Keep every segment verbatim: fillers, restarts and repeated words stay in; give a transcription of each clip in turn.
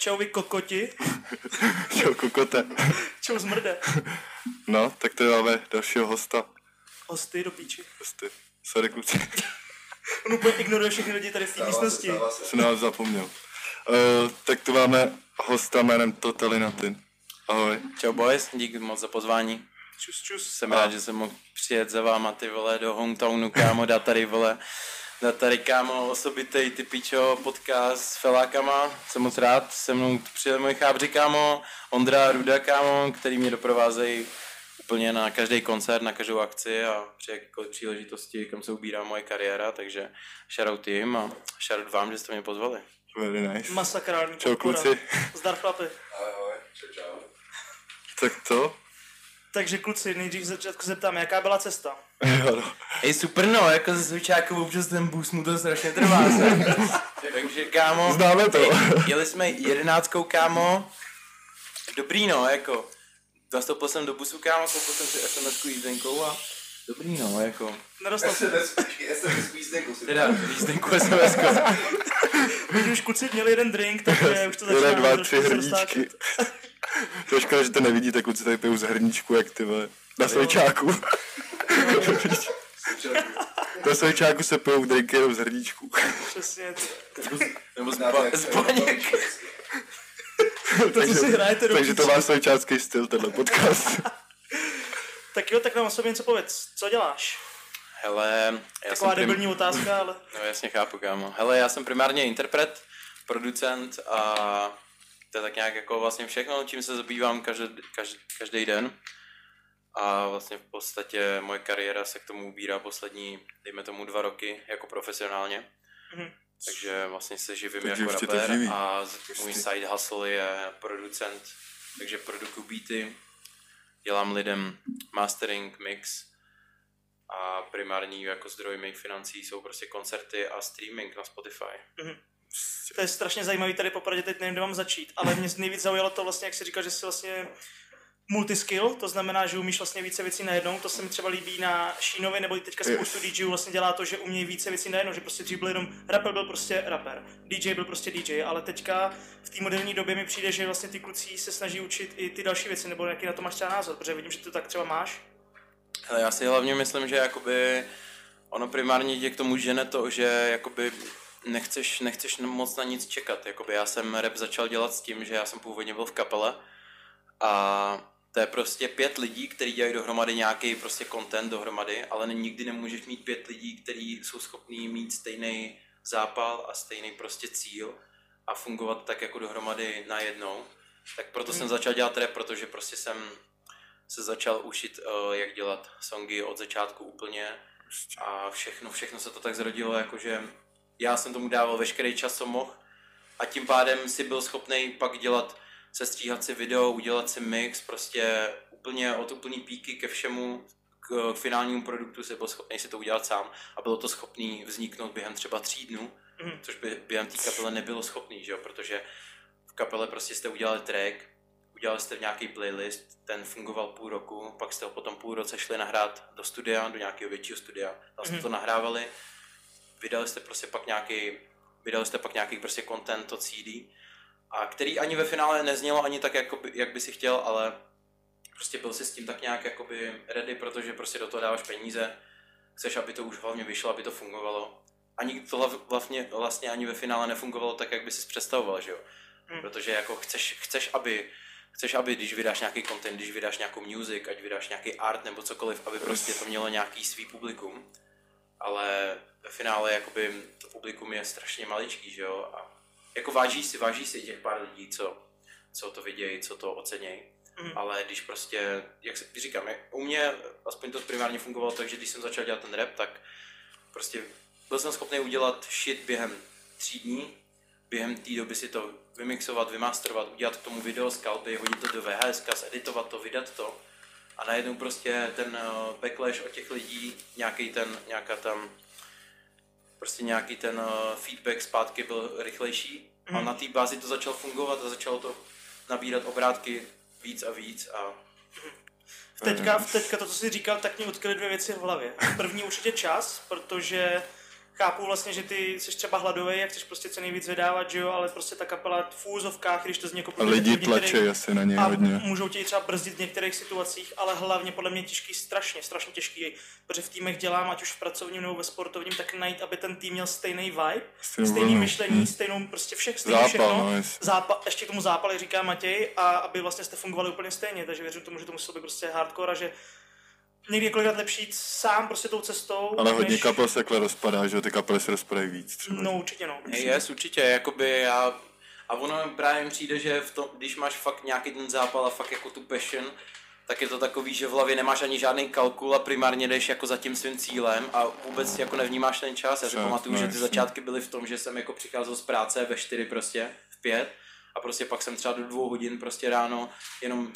Čau vy kokoti. Čau kokote. Čau zmrde. No, tak tady máme dalšího hosta. Hosty do píči. Hosty. Sorry kluci. On úplně ignoruje všechny lidi tady v té místnosti. Jsem na vás zapomněl. Uh, tak tu máme hosta jménem Totalinatin. Ahoj. Čau boys, díky moc za pozvání. Čus, čus. Jsem rád, že jsem mohl přijet za váma, ty vole, do hometownu, kámo, dát tady, vole, dát tady, kámo, osobitej, ty pičo, podcast s felákama. Jsem moc rád, se mnou přijeli moji chábři, kámo, Ondra, Ruda, kámo, který mě doprovázejí úplně na každý koncert, na každou akci a při jakékoliv příležitosti, kam se ubírá moje kariéra, takže shoutout jim a shoutout vám, že jste mě pozvali. Very nice. Masakrální Čau podpora. kluci. Zdar chlapi. Ahoj, čau, čau. Tak co? Takže kluci, nejdřív v začátku zeptám, jaká byla cesta? Jo, no. Hej, super, no, jako ze Zvyčáku občas ten bus mu to strašně trvá, se. Takže, kámo, Známe to. hej, jeli jsme jedenáctkou, kámo, dobrý, no, jako, zastoupil jsem do busu, kámo, koupil jsem si es em esku jízdenkou a dobrý, no, jako, Nedostal jsem. S M S, počkej, S M S jízdenku si teda jízdenku es em esku. Když už kluci měli jeden drink, takže už to začíná Jeden, dva, trošku tři se hrníčky. roztáčet. To je škoda, že to nevidíte, kluci tady pijou z hrníčku, jak ty vole. Na Svejčáku. Na Svejčáku se pijou drinky jenom z hrníčku. Přesně. Nebo z, Znáte, ba- jak z se- baněk. To, co si hrajete do Takže to píči. má svejčácký styl, tenhle podcast. Tak jo, tak nám o sobě něco povedz. Co děláš? Hele, já Taková jsem prim... debilní otázka, ale... No jasně chápu, kámo. Hele, já jsem primárně interpret, producent a to je tak nějak jako vlastně všechno, čím se zabývám každý, každý, každý den. A vlastně v podstatě moje kariéra se k tomu ubírá poslední, dejme tomu dva roky, jako profesionálně. Mhm. Takže vlastně se živím Takže jako už tě to rapper živí. a z- můj side hustle je producent, takže produkuju beaty, dělám lidem mastering, mix a primární jako zdroj mých financí jsou prostě koncerty a streaming na Spotify. To je strašně zajímavý tady popravdě, teď nevím, kde mám začít, ale mě nejvíc zaujalo to vlastně, jak jsi říkal, že jsi vlastně multiskill, to znamená, že umíš vlastně více věcí najednou, to se mi třeba líbí na Šínovi, nebo teďka spoustu D Jů vlastně dělá to, že umějí více věcí najednou, že prostě dřív byl jenom rapper, byl prostě rapper, D J byl prostě D J, ale teďka v té moderní době mi přijde, že vlastně ty kluci se snaží učit i ty další věci, nebo jaký na to máš třeba názor, protože vidím, že to tak třeba máš. Ale já si hlavně myslím, že jakoby ono primárně tě k tomu žene to, že jakoby nechceš, nechceš moc na nic čekat. Jakoby já jsem rap začal dělat s tím, že já jsem původně byl v kapele a to je prostě pět lidí, kteří dělají dohromady nějaký prostě content dohromady, ale nikdy nemůžeš mít pět lidí, kteří jsou schopní mít stejný zápal a stejný prostě cíl a fungovat tak jako dohromady najednou. Tak proto jsem začal dělat rap, protože prostě jsem se začal učit, uh, jak dělat songy od začátku úplně a všechno, všechno se to tak zrodilo, jakože já jsem tomu dával veškerý čas, co mohl a tím pádem si byl schopný pak dělat, sestříhat si video, udělat si mix, prostě úplně od úplný píky ke všemu, k, k finálnímu produktu si byl schopný si to udělat sám a bylo to schopný vzniknout během třeba tří dnů, Mhm. což by během té kapele nebylo schopný, že jo, protože v kapele prostě jste udělali track, udělali jste v nějaký playlist, ten fungoval půl roku, pak jste ho potom půl roce šli nahrát do studia, do nějakého většího studia, tam jste Mhm. to nahrávali, vydali jste prostě pak nějaký, vydali jste pak nějaký prostě content, to C D, a který ani ve finále neznělo ani tak, jakoby, jak by si chtěl, ale prostě byl si s tím tak nějak jakoby ready, protože prostě do toho dáváš peníze, chceš, aby to už hlavně vyšlo, aby to fungovalo. Ani to hlav- vlastně, vlastně ani ve finále nefungovalo tak, jak by si představoval, že jo? Hmm. Protože jako chceš, chceš, aby Chceš, aby když vydáš nějaký content, když vydáš nějakou music, ať vydáš nějaký art nebo cokoliv, aby prostě to mělo nějaký svý publikum. Ale ve finále jakoby to publikum je strašně maličký, že jo? A jako váží si, váží si těch pár lidí, co, co to vidějí, co to ocenějí. Mhm. Ale když prostě, jak se říkám, jak u mě aspoň to primárně fungovalo tak, že když jsem začal dělat ten rap, tak prostě byl jsem schopný udělat shit během tří dní, během té doby si to vymixovat, vymasterovat, udělat k tomu video skalpy, hodit to do V H S, editovat to, vydat to a najednou prostě ten uh, backlash od těch lidí, nějaký ten, nějaká tam, prostě nějaký ten uh, feedback zpátky byl rychlejší mm. a na té bázi to začalo fungovat a začalo to nabírat obrátky víc a víc a Teďka, teďka to, co jsi říkal, tak mě utkvěly dvě věci v hlavě. První určitě čas, protože chápu vlastně, že ty jsi třeba hladový, jak chceš prostě co nejvíc vydávat, že jo, ale prostě ta kapela v úzovkách, když to z někoho... A lidi tlačí asi na něj a hodně. můžou tě třeba brzdit v některých situacích, ale hlavně podle mě těžký, strašně, strašně těžký, protože v týmech dělám, ať už v pracovním nebo ve sportovním, tak najít, aby ten tým měl stejný vibe, Stejnou stejný vlnu. myšlení, Hmm. stejnou prostě všech, stejný Zápal, všechno. no, jest. Zápal, ještě k tomu zápal, říká Matěj, a aby vlastně jste fungovali úplně stejně, takže věřím tomu, že to muselo být prostě hardcore a že někdy je kolikrát lepší jít sám prostě tou cestou. Ale hodně než... kapel se takhle rozpadá, že jo, ty kapely se rozpadají víc třeba. No určitě no. Hey, yes, určitě, jakoby já... A ono právě mi přijde, že v tom, když máš fakt nějaký ten zápal a fakt jako tu passion, tak je to takový, že v hlavě nemáš ani žádný kalkul a primárně jdeš jako za tím svým cílem a vůbec jako nevnímáš ten čas. Já si Tak, pamatuju, no, že ty jasně. začátky byly v tom, že jsem jako přicházel z práce ve čtyři prostě, v pět a prostě pak jsem třeba do dvou hodin prostě ráno jenom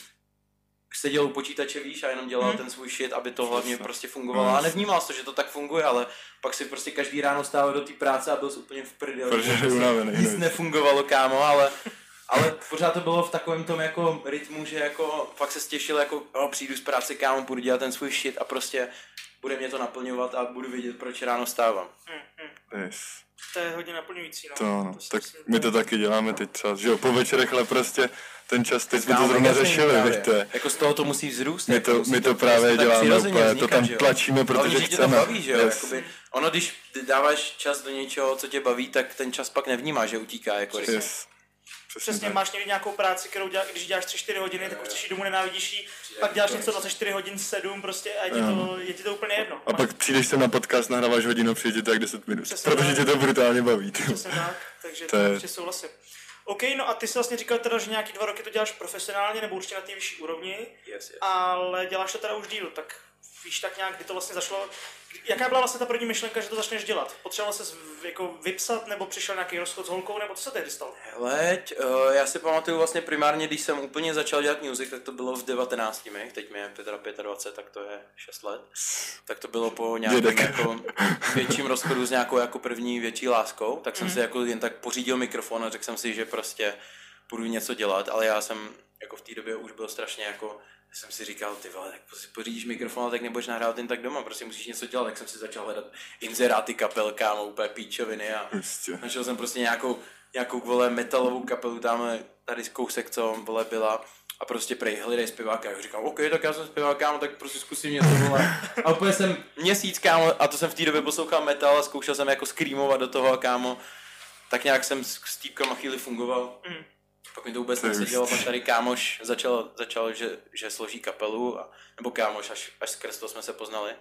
seděl u počítače, víš, a jenom dělal Hmm. ten svůj shit, aby to hlavně Přesně. prostě fungovalo. A nevnímal jsi to, že to tak funguje, ale pak si prostě každý ráno stával do té práce a byl jsi úplně v prdeli. Protože že je unavený, nic no. nefungovalo, kámo, ale, ale pořád to bylo v takovém tom jako rytmu, že jako fakt se stěšil, jako o, přijdu z práce, kámo, budu dělat ten svůj shit a prostě bude mě to naplňovat a budu vědět, proč ráno stávám. Hm, hm. Yes. To je hodně naplňující, no. To, no. si Tak myslím, my to taky děláme teď třeba, že jo, po večerech, ale prostě ten čas, teď jsme to Kámo, zrovna jasný, řešili, právě. víte. Jako z toho to musí vzrůst. My jako to, musí my to právě tak děláme přirozeně úplně, to vznikat, tam že jo. tlačíme, protože Hlavně, že tě to chceme. baví, že jo, Yes. jakoby, ono když ty dáváš čas do něčeho, co tě baví, tak ten čas pak nevnímá, že utíká jako rychle. Yes. Přesně, Přesně, tak. máš někdy nějakou práci, kterou dělá, když děláš tři čtyři hodiny, tak už chceš jít domů, nenávidíš jí, pak děláš něco dvacet čtyři hodin, sedm prostě a je ti to, je ti to úplně jedno. A pak přijdeš sem na podcast, nahráváš hodinu, přijde tak deset minut, Přesně protože tak. tě to brutálně baví. Přesně tak, takže To to je- určitě souhlasím. OK, no a ty jsi vlastně říkal teda, že nějaký dva roky to děláš profesionálně, nebo určitě na té vyšší úrovni, Yes, yes. ale děláš to teda už díl, tak víš tak nějak, kdy to vlastně zašlo. Jaká byla vlastně ta první myšlenka, že to začneš dělat? Potřeboval ses v- jako vypsat, nebo přišel nějaký rozchod s holkou, nebo co se tehdy stalo? Hele, uh, já si pamatuju vlastně primárně, když jsem úplně začal dělat music, tak to bylo v devatenácti mi, teď mi je dvacet pět, tak to je šest let. Tak to bylo po nějakém Dědek. jako větším rozchodu s nějakou jako první větší láskou, tak jsem Mhm. si jako jen tak pořídil mikrofon a řekl jsem si, že prostě budu něco dělat, ale já jsem jako v té době už byl strašně jako jsem si říkal, ty vole, tak si pořídíš mikrofon, a tak nebudeš nahrávat jen tak doma, prostě musíš něco dělat, tak jsem si začal hledat inzeráty kapel, kámo, úplně píčoviny a Prostě. našel jsem prostě nějakou, nějakou vole metalovou kapelu tam tady z kousek, co vole byla a prostě prej, hledej zpěváka, já říkám, OK, tak já jsem zpěvák, kámo, tak prostě zkusím něco, vole. A úplně jsem měsíc, kámo, a to jsem v té době poslouchal metal a zkoušel jsem jako screamovat do toho, kámo, tak nějak jsem s, s týpkama chvíli fungoval. Mm. Pak mi to vůbec To je nesedělo, hustý. pak tady kámoš začal, začal že, že složí kapelu, a, nebo kámoš, až, až skrz to jsme se poznali.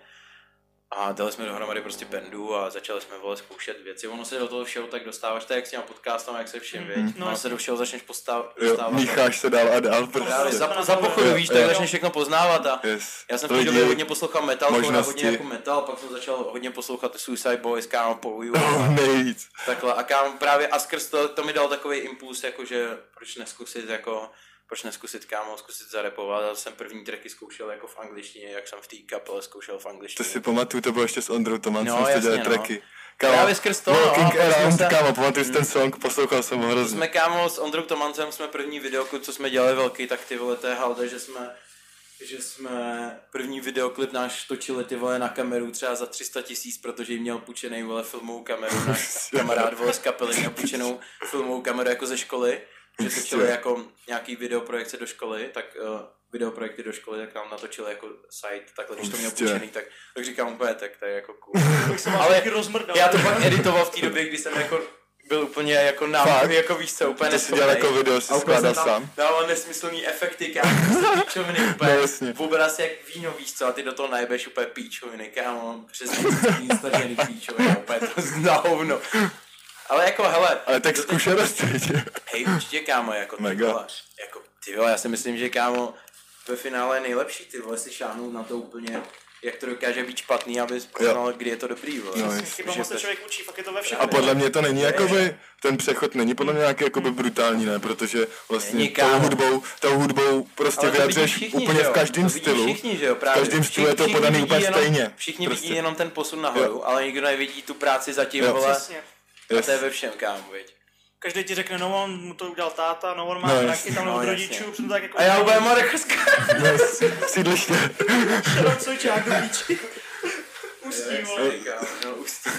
A dali jsme dohromady prostě bandu a začali jsme vole zkoušet věci. Ono se do toho všeho tak dostáváš, tak jak s těma podcastama, jak se všem, Mhm. věď. No, ono jasně. se do všeho začneš postav, Jo, dostávat. mícháš se dál a dál Právě prostě. za, za pochodu, víš, tak Jo. začneš všechno poznávat a Yes. já jsem v té době hodně poslouchal metal, možnosti. hodně jako metal, pak jsem začal hodně poslouchat Suicide Boys, kámo, Poju Oh, nejvíc. takhle a kámo právě a skrz to, to mi dal takový impuls, jakože proč neskusit jako proč neskusit, kámo, zkusit zarepovat. Já jsem první tracky zkoušel jako v angličtině, jak jsem v té kapele zkoušel v To angličtině. si pamatuju, to bylo ještě s Ondrou Tomancem, No, jste jasně, dělali no. tracky. Právě skrz to, no, Walking a pak jsme Around, se- kámo, pamatuju si ten song, poslouchal jsem ho hrozně. Jsme kámo s Ondrou Tomancem, jsme první videoklip, co jsme dělali velký, tak ty vole, to je halda, že jsme že jsme první videoklip náš točili ty vole na kameru třeba za tři sta tisíc, protože jim měl půjčenej vole filmovou kameru, náš kamarád vole z kapely měl půjčenou filmovou kameru jako ze školy, že točili jako nějaký videoprojekce do školy, tak uh, videoprojekty do školy, tak nám natočili jako site, takhle, když to měl Prostě. půjčený, tak, tak říkám úplně, tak to je jako cool. Tak jsem vás Ale taky rozmrdal. Já to pak editoval v té době, kdy jsem jako byl úplně jako nám, Fakt? jako víš co, úplně To si dělal jako video, si a úplně skládal jsem tam sám. dával nesmyslný efekty, kámo, prostě píčoviny, úplně No, jasně. v obraz jak víno, víš co, a ty do toho najebeš úplně píčoviny, kámo, přes instažený píčoviny, úplně to zná hovno. Ale jako, hele, Ale tak do teď- zkušenost, viď? hej, určitě kámo, jako ty Mega. vole, jako ty vole, já si myslím, že kámo, ve finále je nejlepší, ty vole, si šáhnout na to úplně, jak to dokáže být špatný, abys poznal, kdy je to dobrý, vole. No, Přesně, jest. chyba Že moc se to- člověk učí, fakt je to ve všem. A podle mě to není jakoby, ten přechod není podle mě nějaký jakoby brutální, ne, protože vlastně Není, tou kámo. hudbou, tou hudbou prostě Ale to vidí vyjadřuješ všichni, úplně že jo? v každém To vidí stylu. Všichni, že jo, právě. V každém stylu je to Všichni podaný vidí úplně jenom, stejně. Všichni Prostě. vidí jenom ten posun nahoru, ale nikdo nevidí tu práci zatím, Jo. vole. Přesně. A Yes. to je ve všem, kámo, viď. Každý ti řekne, no on mu to udělal táta, no on má No, no, jasně. taky tam No, od jasně. rodičů, přitom tak jako... A já úplně Marek Yes. Sídliště. Šedou cojčák do píči. Ústí, vole. kámo, no už ty pič.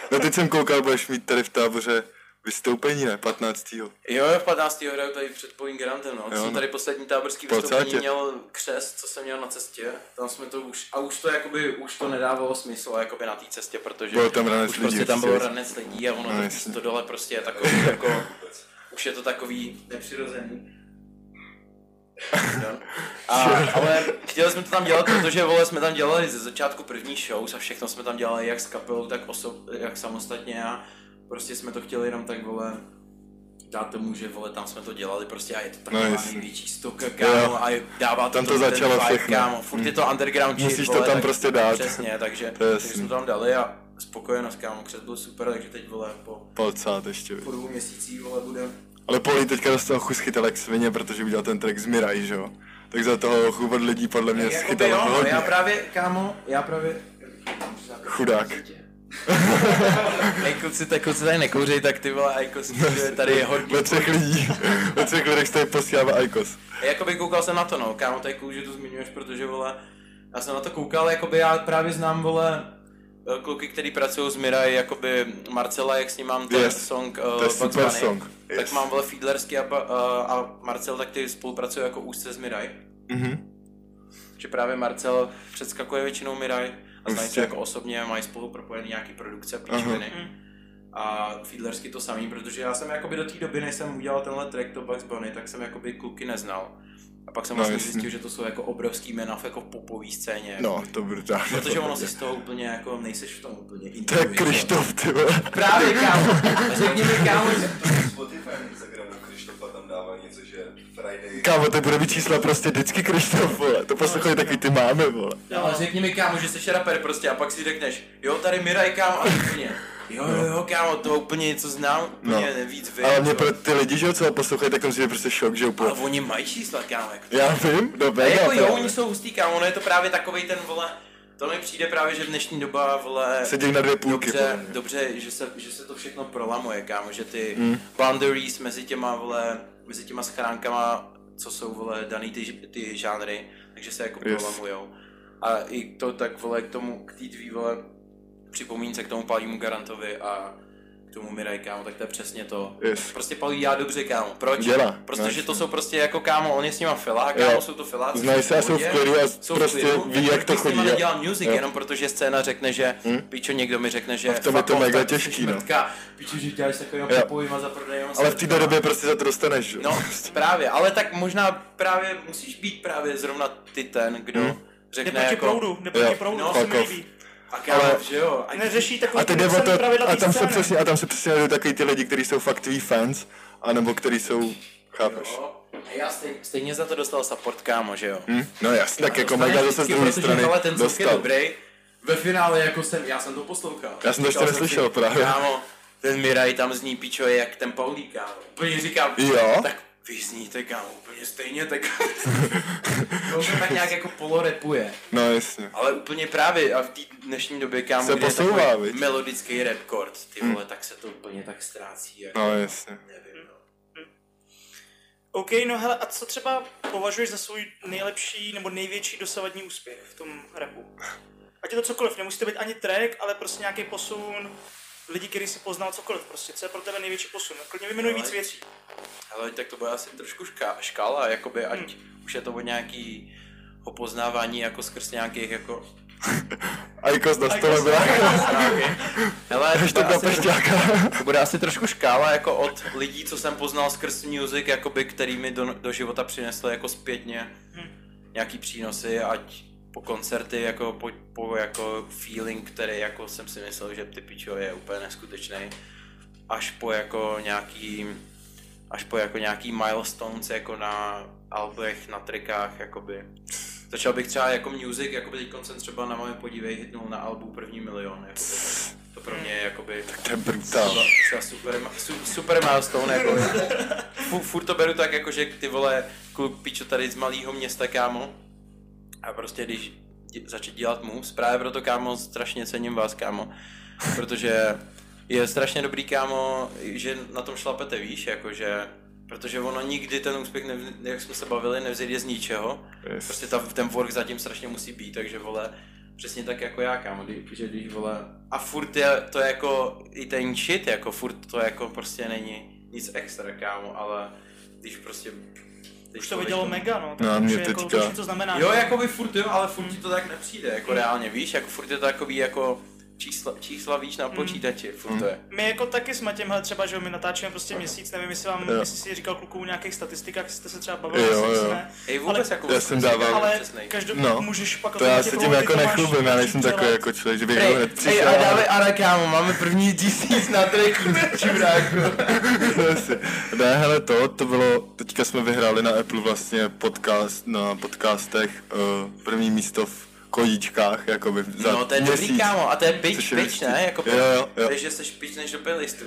No teď jsem koukal, budeš mít tady v Táboře vystoupení, ne? patnáctého Jo, v patnáctého hraju tady před Point Grantem, no. Jo, Jsem no. tady poslední táborský Pocátě. vystoupení měl křest, co jsem měl na cestě. Tam jsme to už, a už to jakoby, už to nedávalo smysl jakoby na té cestě, protože Bylo tam ranec už lidí, prostě tam prostě bylo věc. ranec lidí a ono No, to, jasně. to dole prostě je takový jako, už je to takový nepřirozený. No. A, ale chtěli jsme to tam dělat, protože vole, jsme tam dělali ze začátku první show a všechno jsme tam dělali jak s kapelou, tak osob, jak samostatně a prostě jsme to chtěli jenom tak vole dát tomu, že vole tam jsme to dělali prostě a je to taková No, no, jasně. největší stoka, kámo, a dává to Tam to ten začalo vibe, všechno. kámo, furt je to underground shit, Musíš to vole, tam tak- prostě dát. Přesně, takže, To je takže jasný. jsme to tam dali a spokojenost, kámo, křes byl super, takže teď vole po, Palcát ještě, po víš. dvou měsících vole bude. Ale Poli teďka dostal chuť chytal jak svině, protože udělal ten track z Miraj, že jo? Tak za toho chuť od lidí podle mě Jakoby schytal jo, no, hodně. já právě, kámo, já právě... Chudák. Ej, kluci, tak kluci tady nekouřej, tak ty vole, Aikos, tady je hodně. Ve třech lidí, ve třech lidech tady posílává Aikos. Jakoby koukal jsem na to, no, kámo, to je cool, že to zmiňuješ, protože, vole, já jsem na to koukal, jakoby já právě znám, vole, kluky, který pracují s Mirai, jakoby Marcela, jak s ním mám ten Yes, song to uh, je Bugs super Bunny, song, tak yes. mám, vole, Fiedlersky a, Ba- uh, a Marcel, tak ty spolupracují jako úzce s Mirai. Mhm. Že právě Marcel předskakuje většinou Mirai a znají se Prostě. jako osobně, mají spolu propojený nějaký produkce, píčoviny. A Fiedlersky to samý, protože já jsem jakoby do té doby, než jsem udělal tenhle track to Bugs Bunny, tak jsem jakoby kluky neznal. A pak jsem No, vlastně jasně. zjistil, že to jsou jako obrovský jména jako v popové scéně. No, to brutálně. Protože ono si z toho úplně jako, nejseš v tom úplně To je Krištof, ty vole. Právě, kámo. Řekni mi, kámo, že... Spotify na Instagramu Krištofa tam dává něco, že Friday... Kámo, to bude mít čísla prostě vždycky Krištof, vole. To poslouchají takový ty máme, vole. No, ale řekni mi, kámo, že jsi rapper prostě a pak si řekneš, jo, tady Miraj, kámo, a úplně. Jo, jo, jo, kámo, to úplně něco znám, úplně No. víc vím. Ale mě jo. pro ty lidi, že jo, co ho poslouchají, tak to musí být prostě šok, že úplně. Ale oni mají čísla, kámo, jako Já vím, no A mega jako jo, právě. oni jsou hustý, kámo, ono je to právě takovej ten, vole, to mi přijde právě, že v dnešní doba, vole, Sedí na dvě půlky, podle dobře, mě. dobře, že se, že se to všechno prolamuje, kámo, že ty Mm. boundaries mezi těma, vole, mezi těma schránkama, co jsou, vole, daný ty, ty žánry, takže se jako Yes. prolamujou. A i to tak, vole, k tomu, k té tvý, vole, připomínce k tomu Palímu Garantovi a k tomu Miraj, kámo, tak to je přesně to. Yes. Prostě Palí dělá dobře, kámo. Proč? Dělá, Protože no, to jsou prostě jako, kámo, on je s nima filá, kámo, Jo. jsou to filáci. Znají se a jsou v klidu a jsou v prostě klidu, ví, jak to proč s nima chodí, jo. nedělám music, Jo. jenom protože scéna řekne, že, Hm? pičo, někdo mi řekne, že A v tom je fuck to off, mega tak to jsi těžký, no. šmrtka. Pičo, že děláš takovýma Jo. popovýma za prodejema. Ale v té době prostě za to dostaneš, že jo. No, právě, ale tak možná právě musíš být právě zrovna ty ten, kdo Hm. řekne Jde proti jako... proudu, jde proti Jo. proudu, No, to se mi fuck off. líbí. A kámo, Ale- že jo. A Neřeší takový A teď ty jde o nucený to, pravidla a té tam se scény. přesně, a tam se přesně najdou takový ty lidi, kteří jsou fakt tví fans, anebo kteří jsou, chápeš? Jo. A já stejně, stejně za to dostal support, kámo, že jo. Hm? No jasně, tak jako Dostaneš mega zase z vždycky, druhé protože, strany hele, ten zvuk je dostal. dobrý. Ve finále jako jsem, já jsem to poslouchal. Já jsem to ještě Říkal neslyšel si, právě. Kámo, ten Miraj tam zní pičo jak ten Paulí, kámo. Úplně říkám, Jo? tak vy zníte, kámo, úplně stejně, tak to se tak nějak jako polorepuje. No jasně. Ale úplně právě a v té dnešní době, kámo, Se kde je posouvá, takový viď? melodický rap chord, ty vole, tak se to úplně tak ztrácí. Jako, No jasně. nevím, no. OK, no hele, a co třeba považuješ za svůj nejlepší nebo největší dosavadní úspěch v tom rapu? Ať je to cokoliv, nemusí to být ani track, ale prostě nějaký posun, lidi, který si poznal cokoliv prostě, co je pro tebe největší posun? Klidně vyjmenuj víc věcí. Ale tak to bude asi trošku ška- škála, jakoby, ať Hmm. už je to o nějaký poznávání jako skrz nějakých jako... Aikos na stole byla. Hele, to Ještě bude, na asi, pešťáka. to bude asi trošku škála jako od lidí, co jsem poznal skrz music, jakoby, který mi do, do života přinesly jako zpětně nějaký přínosy, ať po koncerty, jako po, po jako feeling, který jako jsem si myslel, že ty pičo je úplně neskutečný, až po jako nějaký až po jako nějaký milestones jako na albech, na trackách, jakoby. Začal bych třeba jako music, jakoby teď jsem třeba na Mami podívej hitnul na albu První milion, jakoby. To pro mě je jakoby To je brutál. třeba, třeba super, su, super milestone, jako. Fu- Furt to beru tak, jako, že ty vole, kluk pičo tady z malého města, kámo. A prostě když dě, začít dělat moves, právě proto, kámo, strašně cením vás, kámo. Protože je strašně dobrý, kámo, že na tom šlapete, víš, jakože, protože ono nikdy ten úspěch, nev, jak jsme se bavili, nevzejde z ničeho. Yes. Prostě ta, ten work zatím strašně musí být, takže vole, přesně tak jako já, kámo, když, že když vole, a furt je to jako, i ten shit, jako furt to jako prostě není nic extra, kámo, ale když prostě... Už to vidělo mega, no, No, tak mě už je jako, teďka- to, to znamená. Jo, jakoby furt jo, ale furt ti to tak nepřijde, jako reálně, víš, jako furt je to takový jako čísla, čísla víš na počítači, furt to je. My jako taky s Matěm, hele, třeba, že my natáčíme prostě měsíc, nevím, jestli vám, Jo. jestli si říkal klukům o nějakých statistikách, jestli jste se třeba bavili, Jo, jestli jo. ne. Ej, vůbec jako... já jsem dával- Ale přesnej. každopádně No. můžeš pak To já Matěj se tím promluvit, jako ty to máš nechlubím, já nejsem přehled. takový jako člověk, že bych Ej, hned ej, přišel. a dávaj, ale kámo, máme první tisíc na tracking, čuráku. Asi. Ne, hele, to, to bylo, teďka jsme vyhráli na Apple vlastně podcast, na podcastech, uh, první místo v kojíčkách, jakoby za No to je měsíc. dobrý, kámo, a to je pič, Což je pič, hustý. ne? Jako Jo, jo, jo. Takže jsi pič než do playlistu.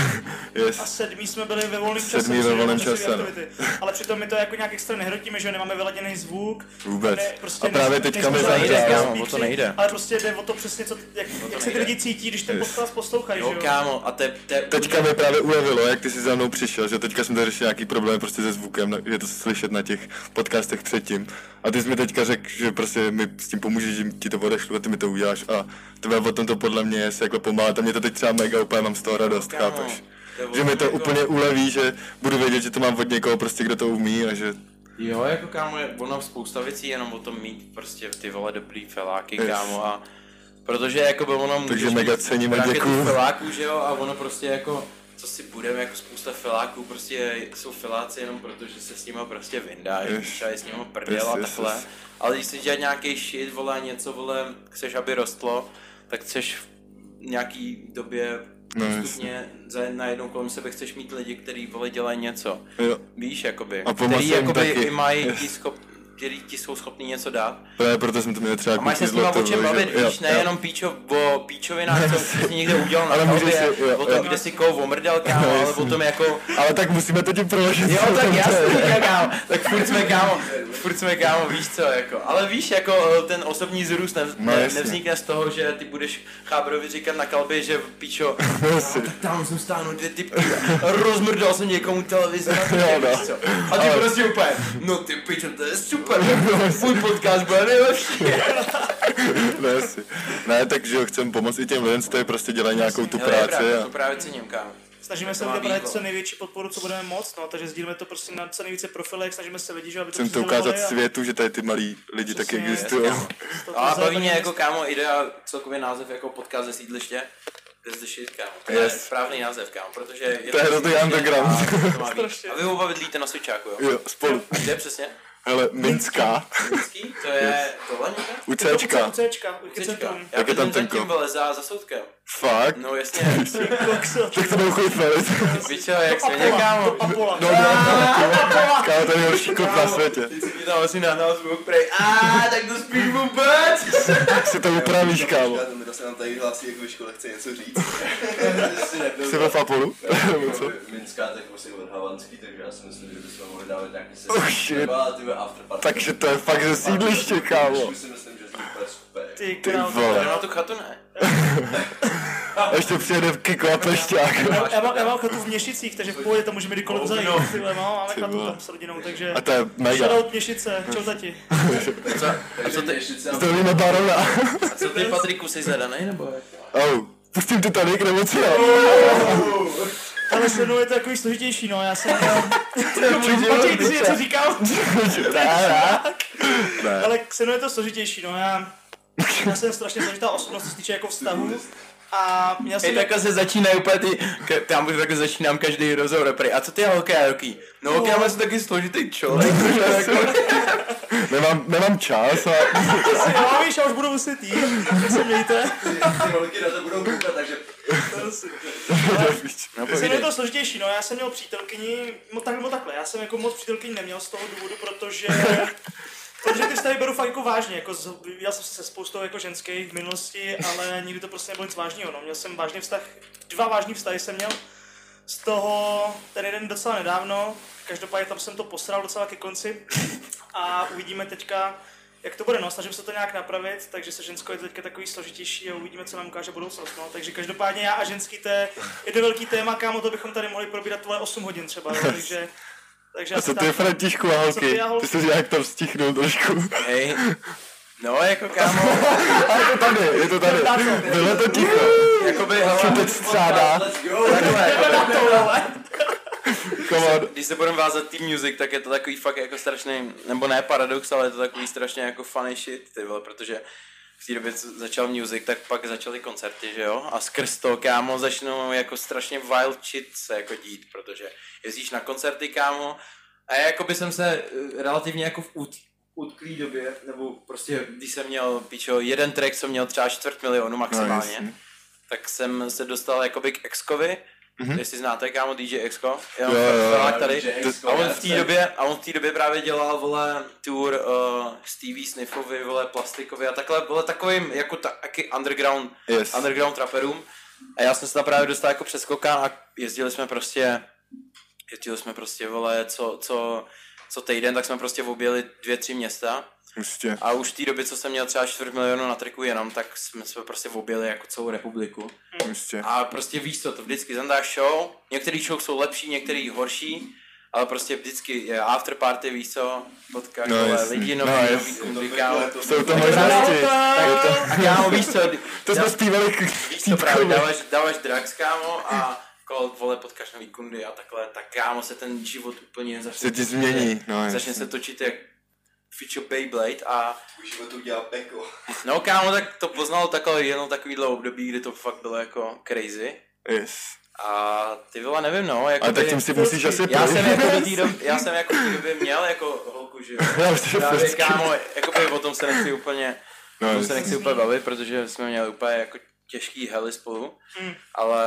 Yes. A sedmý jsme byli ve volném čase. Sedmý ve při volném jednotlivý čase, no. aktivity. Ale přitom my to jako nějak extra nehrotíme, že nemáme vyladěný zvuk. Vůbec. Ne, prostě A právě nejsme- teďka nejsme mi žádný zahrálo, jako o to speakři, nejde. Ale prostě jde o to přesně, co, jak, to jak se ty nejde. lidi cítí, když ten Yes. podcast poslouchají, že Jo, jo? kámo, a te, te, Teďka mi právě ulevilo, jak ty jsi za mnou přišel, že teďka jsme tady řešili nějaký problém prostě se zvukem, je to slyšet na těch podcastech předtím. A ty jsi mi teďka řekl, že prostě mi s tím pomůžeš, že ti to odešlu a ty mi to uděláš a tebe o tom to podle mě je se jako pomáhat a mě to teď třeba mega úplně mám z toho radost, Kámo, chápeš? to je Že mi to jako- úplně uleví, že budu vědět, že to mám od někoho prostě, kdo to umí a že Jo, jako kámo, je ono spousta věcí jenom o tom mít prostě ty vole dobrý feláky, Yes. kámo, a protože jako by ono Takže můžeš mega mít cením a raketu děkuju. feláků, že jo, a ono prostě jako, co si budeme, jako spousta feláků, prostě jsou feláci jenom proto, že se s nima prostě vyndáš, Yes. třeba je s nima prdel Yes, a yes, takhle, yes. ale když chceš dělat nějaký shit, vole, něco, vole, chceš, aby rostlo, tak chceš v nějaký době No, postupně za najednou kolem sebe chceš mít lidi, kteří vole dělají něco. jo. Víš, jakoby, A pomoci který jim jakoby taky. i mají Yes. ti schop, který ti jsou schopní něco dát. Právě proto jsme to měli třeba A máš se s kluky nima o Zlatovou, čem že- bavit, jo, víš, jo. nejenom píčo, o píčovinách, co jsi někde udělal na Ale můžeš kalbě, si- jo, o tom, jo. kde si koho omrdal, kámo, No, ale jasně. o tom jako... Ale tak musíme to tím proložit. Jo, co tak tam jasný, to je. kámo, tak furt jsme kámo, furt jsme kámo, víš co, jako, ale víš, jako ten osobní zrůst ne, No, ne, jasně. nevznikne z toho, že ty budeš Chábrovi říkat na kalbě, že píčo, Jasně. tak tam jsem stáhnul dvě typky a rozmrdal jsem někomu televizi na Jo, to, no. víš co, a ty Ale- prostě úplně, no ty pičo, to je super, můj podcast bude nejlepší. Ne, jasně. Ne, takže jo, chcem pomoct i těm lidem, co tady prostě dělají nějakou tu Hele, práci. právě, A... to právě cením, kámo. Snažíme se To má vybrát být, co největší podporu, co budeme moct, no, takže sdílíme to prostě na co nejvíce profilech, snažíme se lidi, že aby to Chcem to přesdělovali ukázat a- světu, že tady ty malí lidi taky Přesně, existují. kámo. to A lze baví mě taky jako kámo idea, celkový název jako podcast ze sídliště. That's the shit, kámo. To je Yes. správný název, kámo, protože je To je hrozný sídliště underground. a to má být. Strašně. A vy oba bydlíte na Svičáku, jo? Jo, spolu. A kde přesně? Hele, Minská, Minský? To je tohle někde? u Je to Cčka. U Cčka, u Cčka. centrum. Já Jak je tam bydlím ten zatím, kop? vole, za, za soudkem. Fakt? No jasně. Kokso. Tak to budou chodit felit. Víčo, jak se mě, Apola, kámo. do Apola. No, kámo, to je nejhorší klub na světě. Teď si mi tam asi nahnal zvuk, prej, a tak to spíš vůbec. Tak si to upravíš, kámo. Ten se nám tady hlásí, jako ve škole chce něco říct. Jsi ve Fapolu? Nebo co? Minská, tak vlastně od Havanský, takže já si myslím, že bychom mohli dávat nějaký se. Oh, shit. Třeba ty after party. Takže to je fakt ze sídliště, kámo. Už si myslím, že jsme úplně super. Ty Ty král. vole. Na tu chatu ne. A ještě přijede Kiko a Pešťák. Já, já, mám, já mám chatu v Měšicích, takže v pohodě tam můžeme kdykoliv zajít. no. Ty vole, no, máme Ty chatu vole. tam s rodinou, takže... A to je mega. Shoutout Měšice, čau tati. Co? A co ty, Zdravíme Barona. a co ty Patriku, jsi zadanej nebo jak? Oh, pustím to tady, nebo co? Ale se mnou je to takový složitější, no, já jsem... Matěj, ty jsi něco říkal? Ne. Ale se mnou je to složitější, no, já... Já jsem strašně složitá osobnost, co se týče jako vztahu. A měl Hej, jsem... takhle se začínají úplně ty, k- tam už takhle začínám každý rozhovor, prej. A co ty holky a roky? No holky, já jsem taky složitý člověk, že jako... Nemám, nemám čas a... Si, jo, víš, já už budu muset jít, tak se mějte. Ty holky na to budou koukat, takže No Se mnou je to složitější, no, já jsem měl přítelkyni, no, tak, no takhle, já jsem jako moc přítelkyni neměl z toho důvodu, protože... Protože ty vztahy beru fakt jako vážně, jako z, viděl jsem se se spoustou jako ženských v minulosti, ale nikdy to prostě nebylo nic vážného, no. Měl jsem vážný vztah, dva vážný vztahy jsem měl, z toho ten jeden docela nedávno, každopádně tam jsem to posral docela ke konci a uvidíme teďka, jak to bude, no, snažím se to nějak napravit, takže se žensko je to teďka takový složitější a uvidíme, co nám ukáže budoucnost, no. Takže každopádně já a ženský, to je jedno velký téma, kámo, to bychom tady mohli probírat tvoje osm hodin třeba, no, takže... Takže A co ty, Františku a Co holky? ty a holky? Ty jsi nějak tam stihnul trošku. Hej, No, jako kámo, A je to tady, je to tady. Bylo to ticho. jakoby, Co teď střádá? takhle, jakoby, Come on. když se budeme vázat Team Music, tak je to takový fakt jako strašný, nebo ne paradox, ale je to takový strašně jako funny shit, ty vole, protože v té době, co začal Music, tak pak začaly koncerty, že jo? A skrz to, kámo, začnou jako strašně wild shit se jako dít, protože jezdíš na koncerty, kámo, a já jako by jsem se eh, relativně jako v út, utklý době, nebo prostě, když jsem měl, píčo, jeden track, co měl třeba čtvrt milionu maximálně, No, tak jsem se dostal jakoby k Exkovi, mm-hmm. jestli znáte, kámo, D J Exko, Jo, jo, jo, tady. D J Exko, A on já v té jsem- době, a on v té době právě dělal, vole, tour uh, Stevie Sniffovi, vole, Plastikovi a takhle, vole, takovým, jako taky underground, Yes. underground rapperům. A já jsem se tam právě dostal jako přeskokán a jezdili jsme prostě, jezdili jsme prostě, vole, co, co, co týden, tak jsme prostě objeli dvě, tři města. Určitě. A už v té době, co jsem měl třeba čtvrt milionu na triku jenom, tak jsme, jsme prostě objeli jako celou republiku. Určitě. A prostě víš co, to vždycky zandáš show, některý show jsou lepší, některý horší, ale prostě vždycky je after party, víš co, potkáš No, no, jasný. lidi, No, nový, jasný. nový, nový kámo. Jsou to možnosti. A kámo, víš co, To jsme zpívali k... víš co právě, dáváš, dáváš drugs, kámo, a kol, vole, potkáš nový kundy a takhle, tak kámo se ten život úplně začne, Se ti změní, no začne jasný. se točit jak Ficho Beyblade a Už život udělá peklo. no kámo, tak to poznalo takhle jenom takovýhle období, kdy to fakt bylo jako crazy. Yes. A ty vole, nevím no, jako Ale tak tím si musíš asi já projít. jsem jako do té doby, já jsem jako v té době měl jako holku, že jo. Já už to Právě prostě- kámo, jakoby o tom se nechci úplně, No, o tom se jasný. nechci úplně bavit, protože jsme měli úplně jako těžký hely spolu, Mm. ale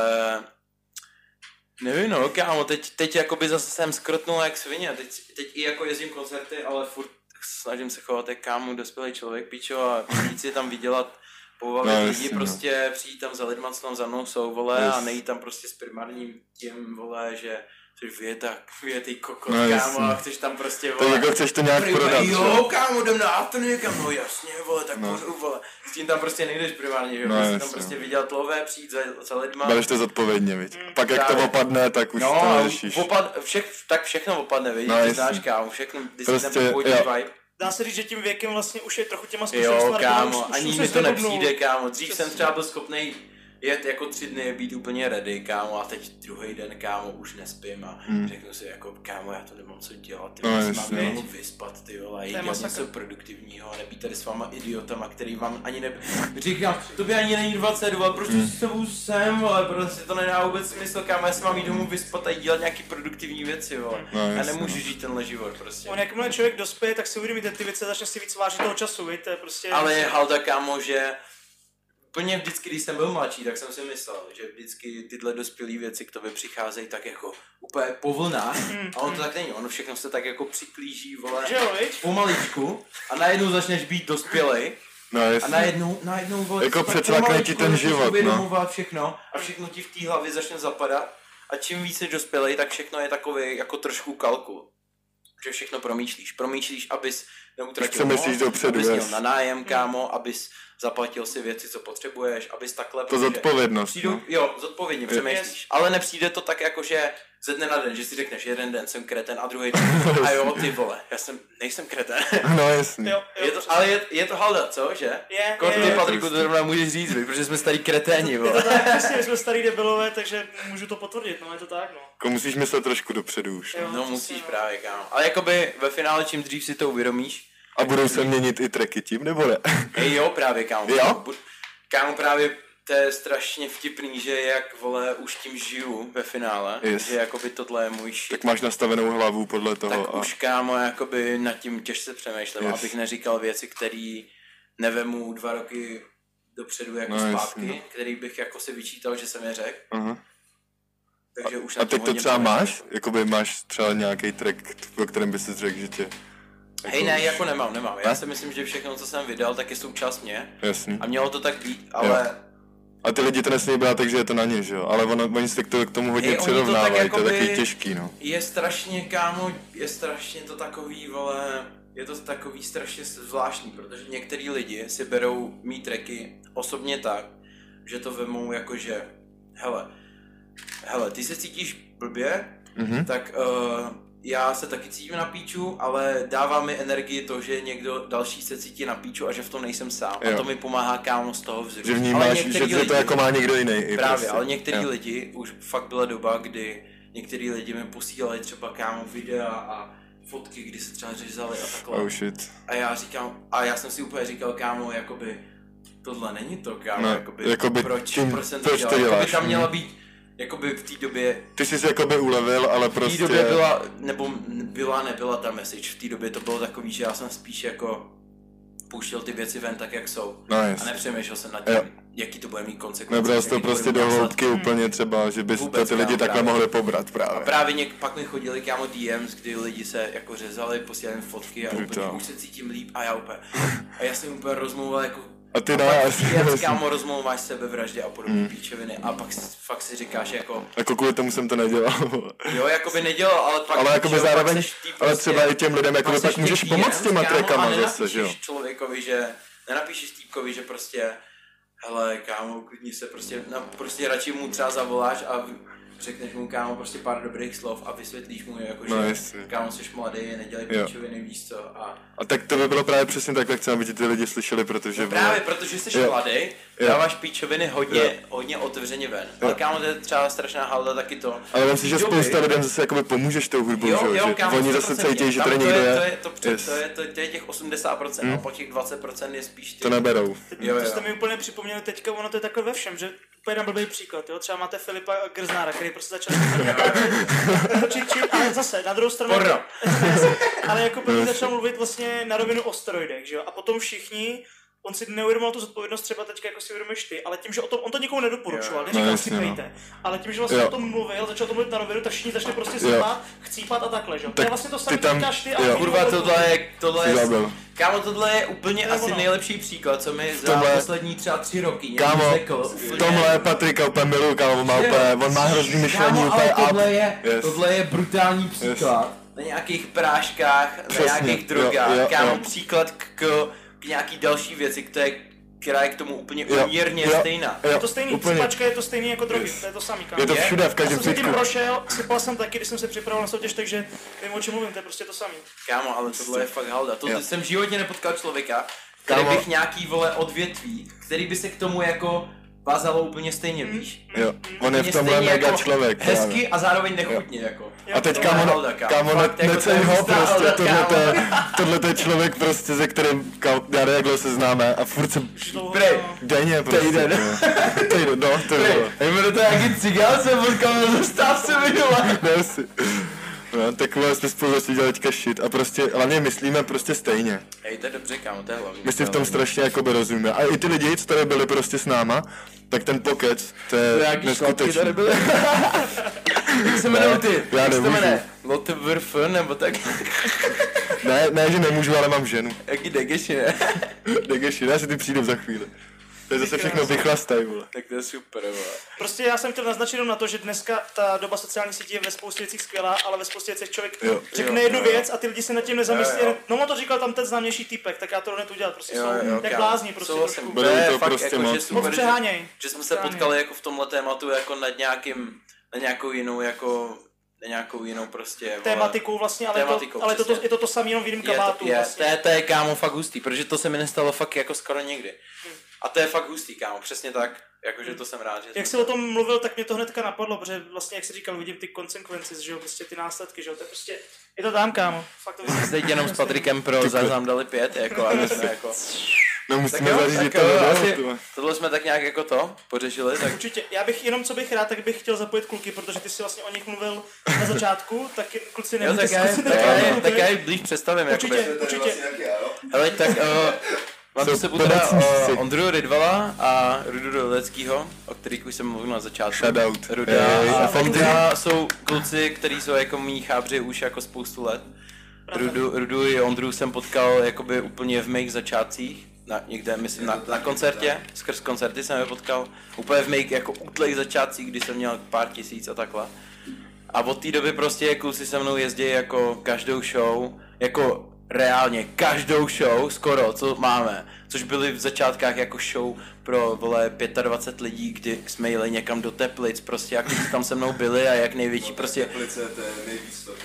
nevím no, kámo, teď, teď jakoby zase jsem skrotnul jak svině, teď, teď i jako jezdím koncerty, ale furt snažím se chovat jak kámo dospělý člověk, píčo, a víc si tam vydělat, pobavit No, no, jasně, lidi, no. prostě přijít tam za lidma, co tam za mnou jsou, vole, Yes. a nejít tam prostě s primárním tím, vole, že jsi vyjetá, vyjetý kokot, No, kámo, jasně. a chceš tam prostě, To vole, jako chceš to nějak prima, prodat, jo, že? kámo, jdem na afternoon někam, no jasně, vole, tak No. no. pořu, vole, s tím tam prostě nejdeš primárně, že No, no, prostě jasně, tam prostě no. vydělat lové, přijít za, za lidma. Bereš to zodpovědně, viď? Mm. Pak jak to Právě. opadne, tak už No, to a neřešíš. opad, všech, tak všechno opadne, víš, No, ty jasně. znáš, kámo, všechno, když Prostě, si ten původní jo. vibe. Dá se říct, že tím věkem vlastně už je trochu těma zkušenostmi. Jo, kámo, ani mi to neblbnul. nepřijde, kámo. Dřív Přesně. jsem třeba byl schopný jet jako tři dny, být úplně ready, kámo, a teď druhý den, kámo, už nespím a Hmm. řeknu si, jako, kámo, já to nemám co dělat, ty No, vole, si jasně, mám no. jenom vyspat, ty vole, a je jít dělat masakr. něco produktivního a nebýt tady s váma idiotama, který vám ani ne... Říkám, to by ani není dvacet dva, proč Hmm. s sebou jsem, ale prostě to nedá vůbec smysl, kámo, já si mám jít domů vyspat a jít dělat nějaký produktivní věci, vole. No, Já jasně, nemůžu no. žít tenhle život, prostě. On jakmile člověk dospěje, tak si uvědomíte ty věci, začne si víc vážit toho času, víte, to je prostě... Ale je halda, kámo, že úplně vždycky, když jsem byl mladší, tak jsem si myslel, že vždycky tyhle dospělé věci k tobě přicházejí tak jako úplně po vlnách. A ono to tak není, ono všechno se tak jako přiklíží, vole, Že jo, viď? pomaličku a najednou začneš být dospělej No a jasně. najednou, najednou, vole, Jako se tak přecvakne pomaličku ti ten začneš život, no. uvědomovat všechno a všechno ti v té hlavě začne zapadat a čím víc jsi dospělej, tak všechno je takový jako trošku kalkul. Že všechno promýšlíš. Promýšlíš, abys neutratil Co myslíš moc, dopředu, abys měl yes. na nájem, kámo, abys zaplatil si věci, co potřebuješ, abys takhle... To protože zodpovědnost, Přijdou, no. jo, zodpovědně Yes. přemýšlíš, ale nepřijde to tak jako, že ze dne na den, že si řekneš, jeden den jsem kreten a druhý den, a jo, ty vole, já jsem, nejsem kreten. No jasně. Jo, jo, Je to, přesně. ale je, je to halda, co, že? Je, Kort, je, ty, je. Patriku, to zrovna můžeš říct, vy, protože jsme starý kreténi, Je vole. to tak, přesně, my jsme starý debilové, takže můžu to potvrdit, no je to tak, no. Jako musíš myslet trošku dopředu už. Jo, No přesně, musíš no. právě, kámo. Ale jakoby ve finále, čím dřív si to uvědomíš, A budou se měnit i tracky tím, nebo ne? hej jo, právě, kámo. Jo? Bu- Kámo, právě to je strašně vtipný, že jak, vole, už tím žiju ve finále, Yes. že jakoby tohle je můj shit. Tak máš nastavenou hlavu podle toho. Tak a... už, kámo, jakoby nad tím těžce přemýšlím, Yes. abych neříkal věci, které nevemu dva roky dopředu jako No, zpátky, jasně. který bych jako si vyčítal, že jsem je řekl. Aha. Takže už A nad tím teď to hodně třeba přemýšlím. máš? Jakoby máš třeba nějaký track, o kterém bys si řekl, že tě... Hej, už- ne, jako nemám, nemám. Já Ne? si myslím, že všechno, co jsem vydal, tak je součást mě. Jasný. A mělo to tak být, ale... A ty lidi to nesmí brát tak, že je to na ně, že jo? Ale ono, oni se k, to, k tomu hodně Hej, oni to tak přirovnávají, to je jakoby- takový těžký, no. Je strašně, kámo, je strašně to takový, vole, je to takový strašně zvláštní, protože některý lidi si berou mý tracky osobně tak, že to vemou jako, že hele, hele, ty se cítíš blbě, Mhm. tak uh, já se taky cítím na píču, ale dává mi energii to, že někdo další se cítí na píču a že v tom nejsem sám. Jo. A to mi pomáhá kámo z toho vzoru. Že vnímáš, že lidi, to jako má někdo jiný. Právě, prostě. ale některý jo. lidi, už fakt byla doba, kdy některý lidi mi posílali třeba kámo videa a fotky, kdy se třeba řezali a takhle. Oh shit. A já říkám, a já jsem si úplně říkal kámo, jakoby, tohle není to kámo, No, jakoby, jakoby proč, tím- proč jsem to proč to dělal, jakoby děláš, tam měla hm. být, jakoby v té době, Ty jsi se jakoby ulevil, ale v té prostě... době byla, nebo byla, nebyla ta message, v té době to bylo takový, že já jsem spíš jako pouštěl ty věci ven tak, jak jsou. No A jasně. nepřemýšlel jsem nad tím, Jo. jaký to bude mít konsekvence. Nebral jsi to jaký to prostě bude do mít hloubky následky. úplně třeba, že by to Vůbec, ty lidi kámo, takhle právě. mohli pobrat A právě. právě něk, pak mi chodili kámo D Ms, kdy lidi se jako řezali, posílali mi fotky a úplně Brutál. už se cítím líp a já úplně. A já jsem úplně rozmlouval jako A ty a dáš. pak D Ms, kámo, rozmlouváš sebevraždě a podobné mm. píčoviny a pak s- fakt si říkáš jako, Jako kvůli tomu jsem to nedělal. jo, jakoby nedělal, ale pak, Ale jakoby že jo, pak zároveň, seš ty ale prostě- třeba i těm lidem, jakoby seš pak ty můžeš D Ms, pomoct těma kámo, trackama a zase, že jo? nenapíšeš člověkovi, že, nenapíšeš týpkovi, že prostě, hele, kámo, klidně se prostě, no, prostě radši mu třeba zavoláš a řekneš mu, kámo, prostě pár dobrých slov a vysvětlíš mu, jako, No, že jasně. kámo, jsi mladý, nedělej Jo. píčoviny, víš co, a A tak to by bylo právě přesně tak, jak chceme, aby ti ty lidi slyšeli, protože... no právě, protože jsi Jo. mladý, Jo. dáváš píčoviny hodně, Jo. hodně otevřeně ven, ale kámo, to je třeba strašná halda taky to. Ale vem si, že Doby- spousta lidem zase jakoby pomůžeš tou hudbou, Jo, že jo? jo, Že kámo, oni zase sto procent. cítí, že Tam tady to někdo je, je. to je, to, to, Yes. to, je, to, to je těch osmdesát procent Hmm. a pak těch dvacet procent je spíš ty. To neberou. Jo, To jo. jste mi úplně připomněli teďka, ono to je takhle ve všem, že úplně na blbý příklad, jo? Třeba máte Filipa Grznára, který prostě začal či, či, ale zase, na druhou stranu, Porno. ale jako první začal mluvit vlastně na rovinu o steroidech, že jo? A potom všichni, on si neuvědomoval tu zodpovědnost třeba teďka, jako si uvědomíš ty, ale tím, že o tom, on to nikomu nedoporučoval, Jo. neříkal No, si jasně, no. pejte, ale tím, že vlastně Jo. o tom mluvil, začal to mluvit na rovinu, tak všichni začali prostě Jo. sypat, chcípat a takhle, že jo? To Tak je vlastně to ty samé, tam- říkáš ty, jo. ale Kurva, tohle je, tohle Jsi je, zabil. kámo, tohle je úplně To je asi ono. nejlepší příklad, co mi za tomhle- poslední třeba tři roky někdo Kámo, řekl. v tomhle Patrika úplně miluju, kámo, on má Jo. úplně, on má hrozný myšlení, Kámo, úplně ale up. tohle je, Yes. tohle je brutální příklad. Na nějakých práškách, Přesně, na nějakých jo, drogách, jo, kámo, jo. příklad k, k, k nějaký další věci, která je, která je k tomu úplně Jo, uměrně jo. stejná. Jo, Je to stejný, úplně. sypačka je to stejný jako drogy, Yes. to je to samý, kámo. Je to Je? všude, v Já každém jsem se tím fitku. prošel, sypal jsem taky, když jsem se připravoval na soutěž, takže vím, o čem mluvím, to je prostě to samý. Kámo, ale tohle je fakt halda. To Jo. jsem v životě nepotkal člověka, který Kámo. bych nějaký vole odvětví, který by se k tomu jako vázalo úplně stejně, víš? Jo, on je v Úplně tomhle stejně mega jako člověk. Hezky právě. a zároveň nechutně, jako. A teď Tohle je kámo, halda, kámo. kámo, Fakt, ne, jako neceň to je ho hustá prostě, halda, tohle to je, kámo. tohle to je člověk prostě, se kterým, kámo, já nevím, jak dlouho se známe a furt se Dlouho, Prej. no. denně prostě. Týden. no. Týden, no, to bylo. Jmenuje to jaký cigán jsem potkal na zastávce minule. Ne, si. No, tak vole, jsme spolu začali dělat teďka shit a prostě, hlavně myslíme prostě stejně. Hej, to je dobře, kámo, to je hlavní. My si v tom strašně jakoby rozumíme. A i ty lidi, co tady byli prostě s náma, tak ten pokec, to je neskutečný. Jak se jmenují ty? já Jak se to nemůžu. jmenuje? Lotte Wurf, nebo tak? Ne, ne, že nemůžu, ale mám ženu. Jaký degeši, ne? Degeši, já si ty přijdem za chvíli. To je zase všechno vychlastaj, vole. Tak to je super, vole. Prostě já jsem chtěl naznačit jenom na to, že dneska ta doba sociálních sítí je ve spoustě věcích skvělá, ale ve spoustě věcech člověk Jo. řekne Jo, jednu jo. věc a ty lidi se nad tím nezamyslí. Jo, jo. No on to říkal tam ten známější týpek, tak já to hned udělat, prostě Jo, jsou jo, jak kámo. blázni, prostě Souhlasím. trošku. Berou To je to fakt prostě jako, moc. že Moc super, že, přeháněj. že jsme se Přeháněj. potkali jako v tomhle tématu jako nad nějakým, na nějakou jinou jako, na nějakou jinou prostě, vole. Tématikou vlastně, ale, Tématikou, to, ale to, to, přesně. je to to samé, jenom v jiném Je to, kabátu je, vlastně. to, je, to je kámo fakt hustý, protože to se mi nestalo fakt jako skoro nikdy. A to je fakt hustý, kámo, přesně tak, jakože to jsem rád, že Jak jsi jsme o tom mluvil, tak mě to hnedka napadlo, protože vlastně, jak jsi říkal, vidím ty consequences, že jo, prostě ty následky, že jo, to je prostě, je to tam, kámo. Fakt to jsme teď jenom s Patrikem pro záznam dali pět, jako, a my jsme jako... No Tak musíme jo, zařídit tak to jo, video, asi, tyhle. tohle jsme tak nějak jako to pořešili, tak Určitě. Já bych jenom, co bych rád, tak bych chtěl zapojit kluky, protože ty si vlastně o nich mluvil na začátku, tak kluci jo, nevíte, tak já, zkuste tak já, taky. tak já ji blíž představím, Určitě. jakoby. To je tady Určitě. vlastně jak já, jo? Hele, tak uh, mám Jsou tu sebou teda pomocníci. uh, Ondru Rydvala a Rudu Roleckýho, o kterých už jsem mluvil na začátku. Shoutout. Ruda Hej, a a Ondra jsou kluci, kteří jsou jako mý chábři už jako spoustu let. Rudu, Rudu i Ondru jsem potkal jakoby úplně v mých začátcích. Na, někde, myslím, na, na koncertě, skrz koncerty jsem je potkal, úplně v mých jako útlých začátcích, kdy jsem měl pár tisíc a takhle. A od té doby prostě kluci se mnou jezdí jako každou show, jako reálně každou show, skoro, co máme, což byly v začátkách jako show pro, vole, dvacet pět lidí, kdy jsme jeli někam do Teplic, prostě jak tam se mnou byli a jak největší prostě, Teplice, to je nejvíc to třeba zrovna.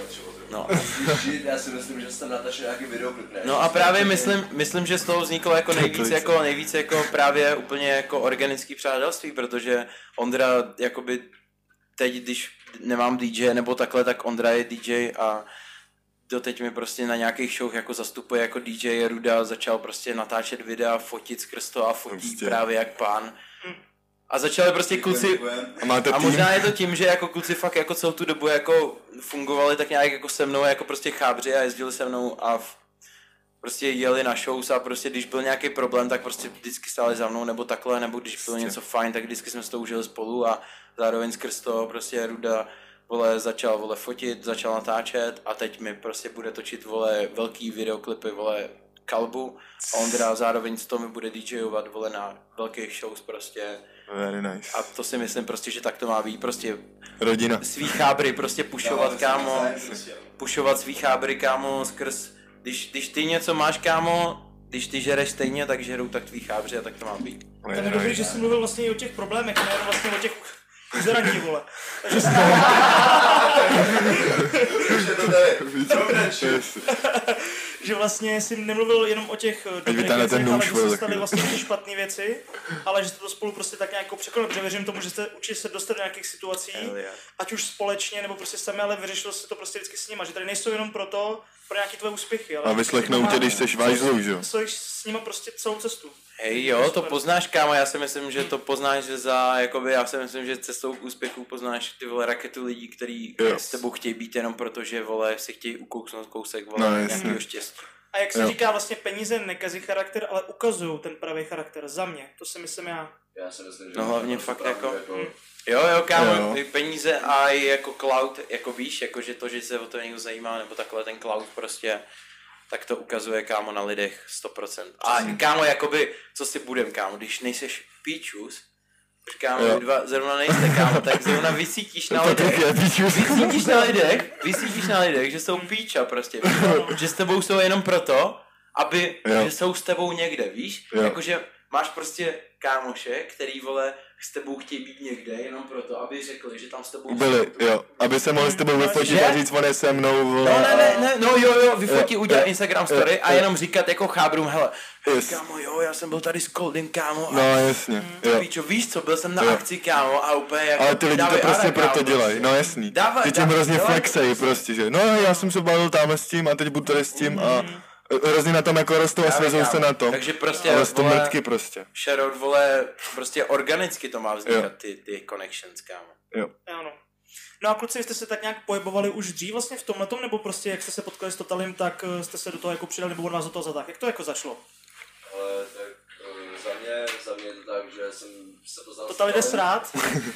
No. Já si myslím, že jsem natáčel nějaký videoklip, ne? No a právě myslím, myslím, že z toho vzniklo jako nejvíc, jako nejvíc jako právě úplně jako organický přátelství, protože Ondra jakoby teď, když nemám D J nebo takhle, tak Ondra je D J a doteď mi prostě na nějakých show jako zastupuje jako D J Ruda, začal prostě natáčet videa, fotit skrz to a fotí prostě právě jak pán. A začali prostě kluci, a, máte a možná je to tím, že jako kluci fakt jako celou tu dobu jako fungovali tak nějak jako se mnou, jako prostě chábři a jezdili se mnou a v, prostě jeli na shows a prostě když byl nějaký problém, tak prostě vždycky stáli za mnou nebo takhle, nebo když bylo něco fajn, tak vždycky jsme s to užili spolu a zároveň skrz toho prostě Ruda vole začal vole fotit, začal natáčet a teď mi prostě bude točit vole velký videoklipy vole Kalbu a Ondra zároveň z toho mi bude DJovat vole na velkých shows prostě. Very nice. A to si myslím prostě, že tak to má být, prostě rodina. Svý chábry prostě pušovat, kámo, pušovat svý chábry, kámo, skrz, když, když ty něco máš, kámo, když ty žereš stejně, tak žerou tak tvý chábři a tak to má být. To je dobrý, že jsi mluvil vlastně i o těch problémech, ne vlastně o těch zraní, vole. Takže jsi... že vlastně jsi nemluvil jenom o těch dobrých věcech, ale že se staly vlastně ty špatné věci, ale že jste to spolu prostě tak nějak překonali, protože věřím tomu, že jste učili se dostat do nějakých situací, ať už společně nebo prostě sami, ale vyřešilo se to prostě vždycky s nima, že tady nejsou jenom proto, pro nějaký tvoje úspěchy, ale... A vyslechnou tě, když jsi vážnou, že jo? Jsi s nima prostě celou cestu. Hej jo, to poznáš, kámo, já si myslím, že to poznáš za, jakoby, já si myslím, že cestou k úspěchu poznáš ty vole raketu lidí, kteří yes. s tebou chtějí být jenom proto, že vole si chtějí ukousnout kousek vole no, nějakého štěstí. A jak se jo. říká, vlastně peníze nekazí charakter, ale ukazují ten pravý charakter, za mě, to si myslím já. Já si myslím, že no hlavně fakt jako... jako... Hmm. Jo, jo, kámo, jo. peníze a i jako cloud, jako víš, jako že to, že se o to někdo zajímá, nebo takhle ten cloud prostě, tak to ukazuje, kámo, na lidech sto procent. A kámo, jakoby, co si budem, kámo, když nejseš píčus, kámo, jo. dva zrovna nejste, kámo, tak zrovna vysítíš na lidech, vysítíš na lidech, vysítíš na lidech, že jsou píča prostě, že s tebou jsou jenom proto, aby, jo. že jsou s tebou někde, víš, jo. jakože máš prostě kámoše, který, vole, s tebou chtějí být někde, jenom proto, aby řekli, že tam s tebou byli, jsou. Jo, aby se mohli s tebou vyfotit a říct, on je se mnou, vole. No, ne, ne, ne, no jo, jo, vyfotí, udělat Instagram story je, a jenom říkat jako chábrům, hele, yes. kámo, jo, já jsem byl tady s Coldem, kámo. No, jasně, jo. Píčo, víš co, byl jsem na jo. akci, kámo, a úplně jako... Ale ty lidi to prostě ara, proto dělají, no jasný. Dávaj, ty tím hrozně flexej prostě, že no, já jsem se bavil tamhle s tím a teď budu tady s tím mm. a... Hrozně na tom jako rostou a svezou se na tom. Takže prostě, ale to mrtky prostě. Shoutout, vole, prostě organicky to má vznikat, ty, ty connections, kámo. Jo. Ano. No a kluci, jste se tak nějak pohybovali už dřív vlastně v tomhletom, nebo prostě jak jste se potkali s Totalem, tak jste se do toho jako přidali, nebo on vás do toho zatáhl? Jak to jako začalo? Ale tak za mě, za mě je to tak, že jsem se poznal... Total jde srát.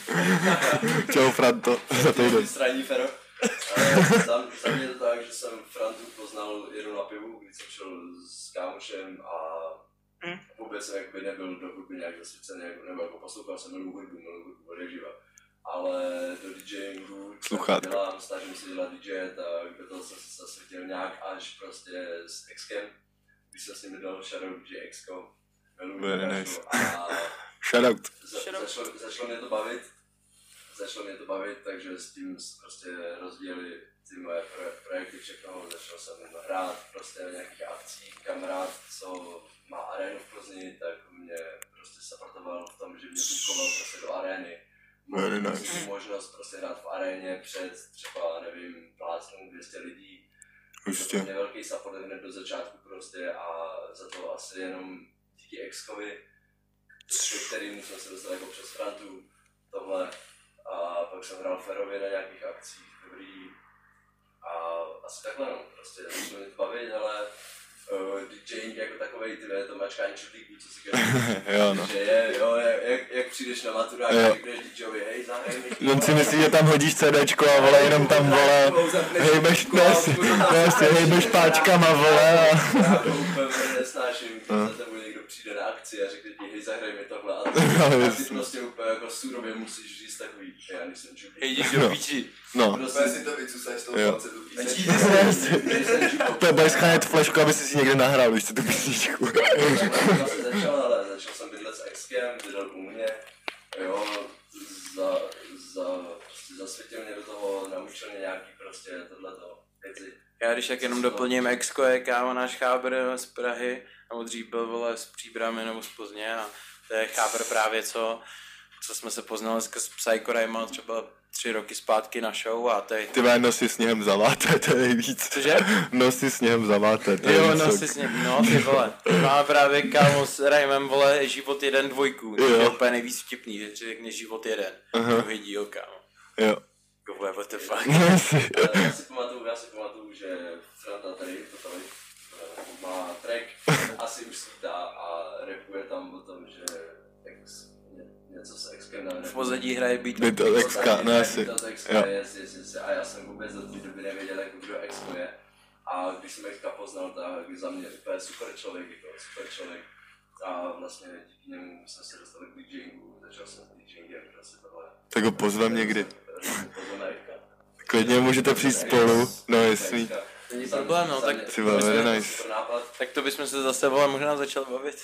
Čau, Franto. Za týden. Straní Fero. za, za mě je to tak, že jsem Frantu poznal jenom na pivu, když jsem šel s kámošem a mm. vůbec jsem jakoby nebyl do hudby nějak zasvěcený, nebo jako poslouchal jsem milu hudbu, milu hudbu odehříva. Ale do DJingu, co dělám, snažím se dělat D J, tak do toho jsem se zasvětil nějak až prostě s Exkem, když jsem s ním dal shoutout D J Exko. Very nice. Shoutout. Za, začalo, začalo mě to bavit. Začalo mě to bavit, takže s tím prostě rozdělili ty moje pro, projekty všechno, začal jsem hrát prostě na nějakých akcích, kamarád, co má arénu v Plzni, tak mě prostě supportoval v tom, že mě bukoval prostě do arény. Měl nice. možnost prostě hrát v aréně před třeba, nevím, plácnou dvě stě lidí. Prostě. To mě velký support hned do začátku prostě a za to asi jenom díky Exkovi, kterým jsem se dostal jako přes Frantu, tohle. A pak jsem hrál Ferově na nějakých akcích, dobrý. A asi takhle no, prostě začalo mě to bavit, ale uh, DJing jako takovej, ty to mačkání čudlíků, co si jo, že je, jo, jak, jak přijdeš na maturák a řekneš DJovi, hej, zahraj mi. On si myslí, že tam hodíš CDčko a vole, jenom tam vole, hejbeš, hejbeš páčkama, vole. Já to úplně nesnáším, když za tebou někdo přijde na akci a řekne ti, hej, zahraj mi tohle a ty prostě úplně jako surově musíš říct takový, já nejsem čudlík. Hej, jdeš do píči. No. Prostě si to vycusáš z toho palce tu píseň. To budeš schánět flešku, aby si si někde nahrál, když tu písničku. Já jsem začal, ale začal jsem bydlet s Exkem, bydlel u mě, jo, za, za, prostě zasvětil mě do toho, naučil mě nějaký prostě tohleto věci. Já když tak jenom doplním, Exko je kámo náš chábr z Prahy, nebo dřív byl vole z Příbramy nebo z Plzně a to je chábr právě co, co jsme se poznali skrz Psycho Rayma třeba tři roky zpátky na show a to je... Ty má nosy sněhem zaváté, to je nejvíc. Cože? Nosy sněhem zaváté, to je Jo, nejvíc. nosy sněhem, no ty vole. Má právě kámo s Raymem vole život jeden dvojku, to je úplně nejvíc vtipný, že si řekne život jeden, druhý díl kámo. Jo. Go vole, what the fuck. Já si pamatuju, já si pamatuju, že Franta tady, to tady, má track, asi už svítá a rapuje tam o tom, že ex, ně, něco se Exkem dá. V pozadí hraje beat. Beat od Exka, no asi. Jo. Yes, yes, yes, a já jsem vůbec do té doby nevěděl, jako kdo Exko je. A když jsem Exka poznal, tak za mě úplně super člověk, jako super člověk. A vlastně díky němu jsme se dostali k DJingu, začal jsem s DJingem, prostě tohle. Tak ho pozvem někdy. Pozveme Exka. Klidně můžete přijít spolu, no jasný. Není problém, no, tak Ty vole, very nice. Tak to bychom se zase vole možná začal bavit.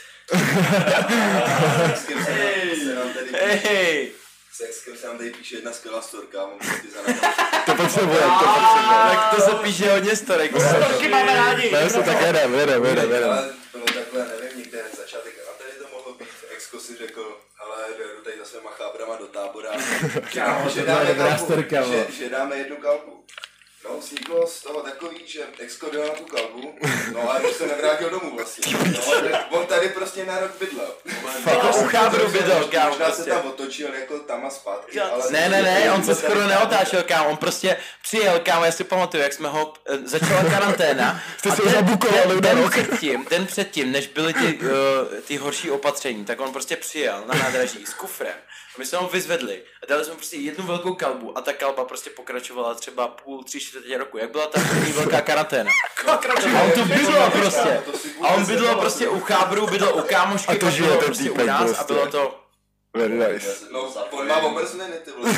Hej! S Exkem se nám tady píše jedna skvělá storka, mám ty za námi. To potřebuje, to potřebuje. Tak to se píše hodně storek. Storky máme rádi. Ne, se tak jedem, jedem, jedem, jedem. Ale bylo takhle, nevím, někde začátek, a tady to mohlo být. Exko si řekl, ale jdu tady za svýma chábrama do tábora, že, dáme kalbu, že, že dáme jednu kalbu. No, vzniklo z toho takový, že Exko dal na tu kalbu, no a už se nevrátil domů vlastně. No, on tady prostě na rok bydlel. Jako u chábru bydlel, kámo, Možná se prostě. tam otočil jako tam a zpátky, ale... Ne, ne, ne, on se skoro neotáčel, kámo, on prostě přijel, kámo, já si pamatuju, jak jsme ho, eh, začala karanténa. Jste a si ho den- zabukovali den- na den rok. předtím, den předtím, než byly ty, uh, ty horší opatření, tak on prostě přijel na nádraží s kufrem. A my jsme ho vyzvedli a dali jsme prostě jednu velkou kalbu a ta kalba prostě pokračovala třeba půl, tři, čtvrtě roku, jak byla ta první velká karanténa. A on tu bydlel prostě. A on bydlel prostě u chábru, bydlel u kámošky, A to pak žije bydlel ten prostě u týpek nás a prostě. bylo to... Very nice. No, on má omrzliny, ty vole.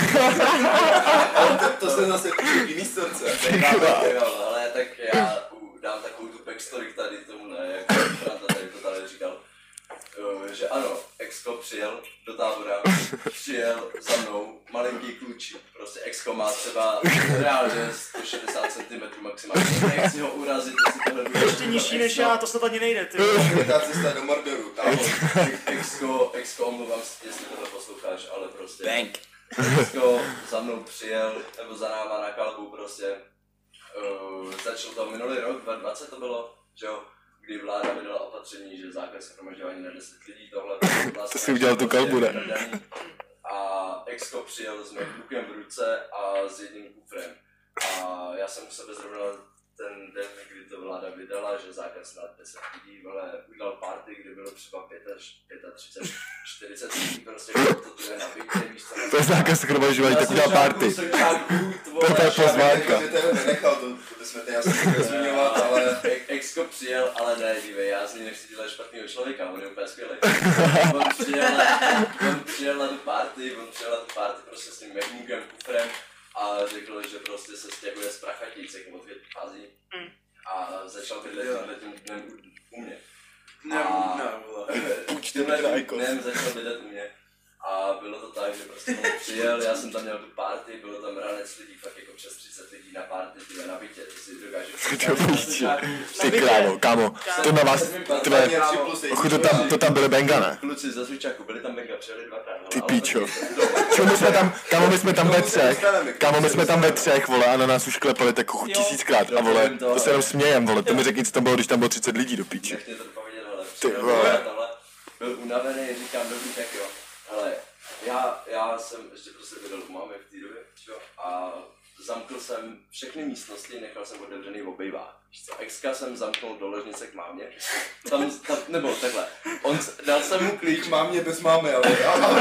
Ale to, to se zase píše v jiný storce. Ale tak já uh, dám takovou tu backstory k tady tomuhle, jak Franta tady to tady říkal. Uh, že ano, Exko přijel do tábora, přijel za mnou, malinký klučík, prostě Exko má třeba reálně sto šedesát centimetrů maximálně, nechci ho urazit, jestli tohle bude. Ještě nižší než já, to snad ani nejde, ty. Ta cesta do Mordoru, tam. Exko, Exko, omluvám se, jestli tohle posloucháš, ale prostě Bank. Exko za mnou přijel, nebo za náma na kalbu prostě. Uh, začal to minulý rok, dva tisíce dvacet to bylo, že jo, kdy vláda vydala opatření, že zákaz shromažďování na deset lidí, tohle To si udělal tu kalbu, ne? A Exko přijel s MacBookem v ruce a s jedním kufrem. A já jsem u sebe zrovna ten den, kdy to vláda vydala, že zákaz na deset lidí, ale udělal party, kde bylo třeba pět až třicet pět, čtyřicet lidí, prostě to tu je na bytě, víš co. To je zákaz shromažďování, tak udělal party. To je pozvánka. Že to nenechal, to, to bychom tady asi nechtěli zmiňovat, ale... Exko přijel, ale ne, dívej, já z ní nechci dělat špatnýho člověka, on je úplně skvělý. On přijel, on přijel na tu party, on přijel na tu party prostě s tím MacBookem, kufrem a řekl, že prostě se stěhuje z Prachatic, jako od fází. A začal bydlet tímhle tím dnem u, u mě. A tímhle tím dnem začal bydlet u mě. A bylo to tak, že prostě on přijel, já jsem tam měl tu party, bylo tam ranec lidí, fakt jako přes třicet lidí na party, tyhle na bytě, to si dokážeš. Ty krávo, kámo, to na vás, tvé, ochu, to tam, to tam byly benga, ne? Kluci za Zvíčáku, byli tam benga, přijeli dvakrát. Ty píčo. Čo, my jsme tam, kámo, my jsme tam ve třech, kámo, my jsme tam ve třech, vole, a na nás už klepali tak chuť tisíckrát, a vole, to se jenom smějem, vole, to mi řekni, co tam bylo, když tam bylo třicet lidí do píči. Nech mě to dopovědět, ale Ty přijel vole. tamhle, byl unavený, říkám, dobrý, tak jo. Hele, já, já jsem ještě prostě bydlel u mámy v té době, čo? A zamkl jsem všechny místnosti, nechal jsem otevřený obejvák. Víš co, Exka jsem zamknul do ložnice k mámě, tam, tam nebo takhle, on, dal jsem mu klíč, Mámě bez mámy, ale...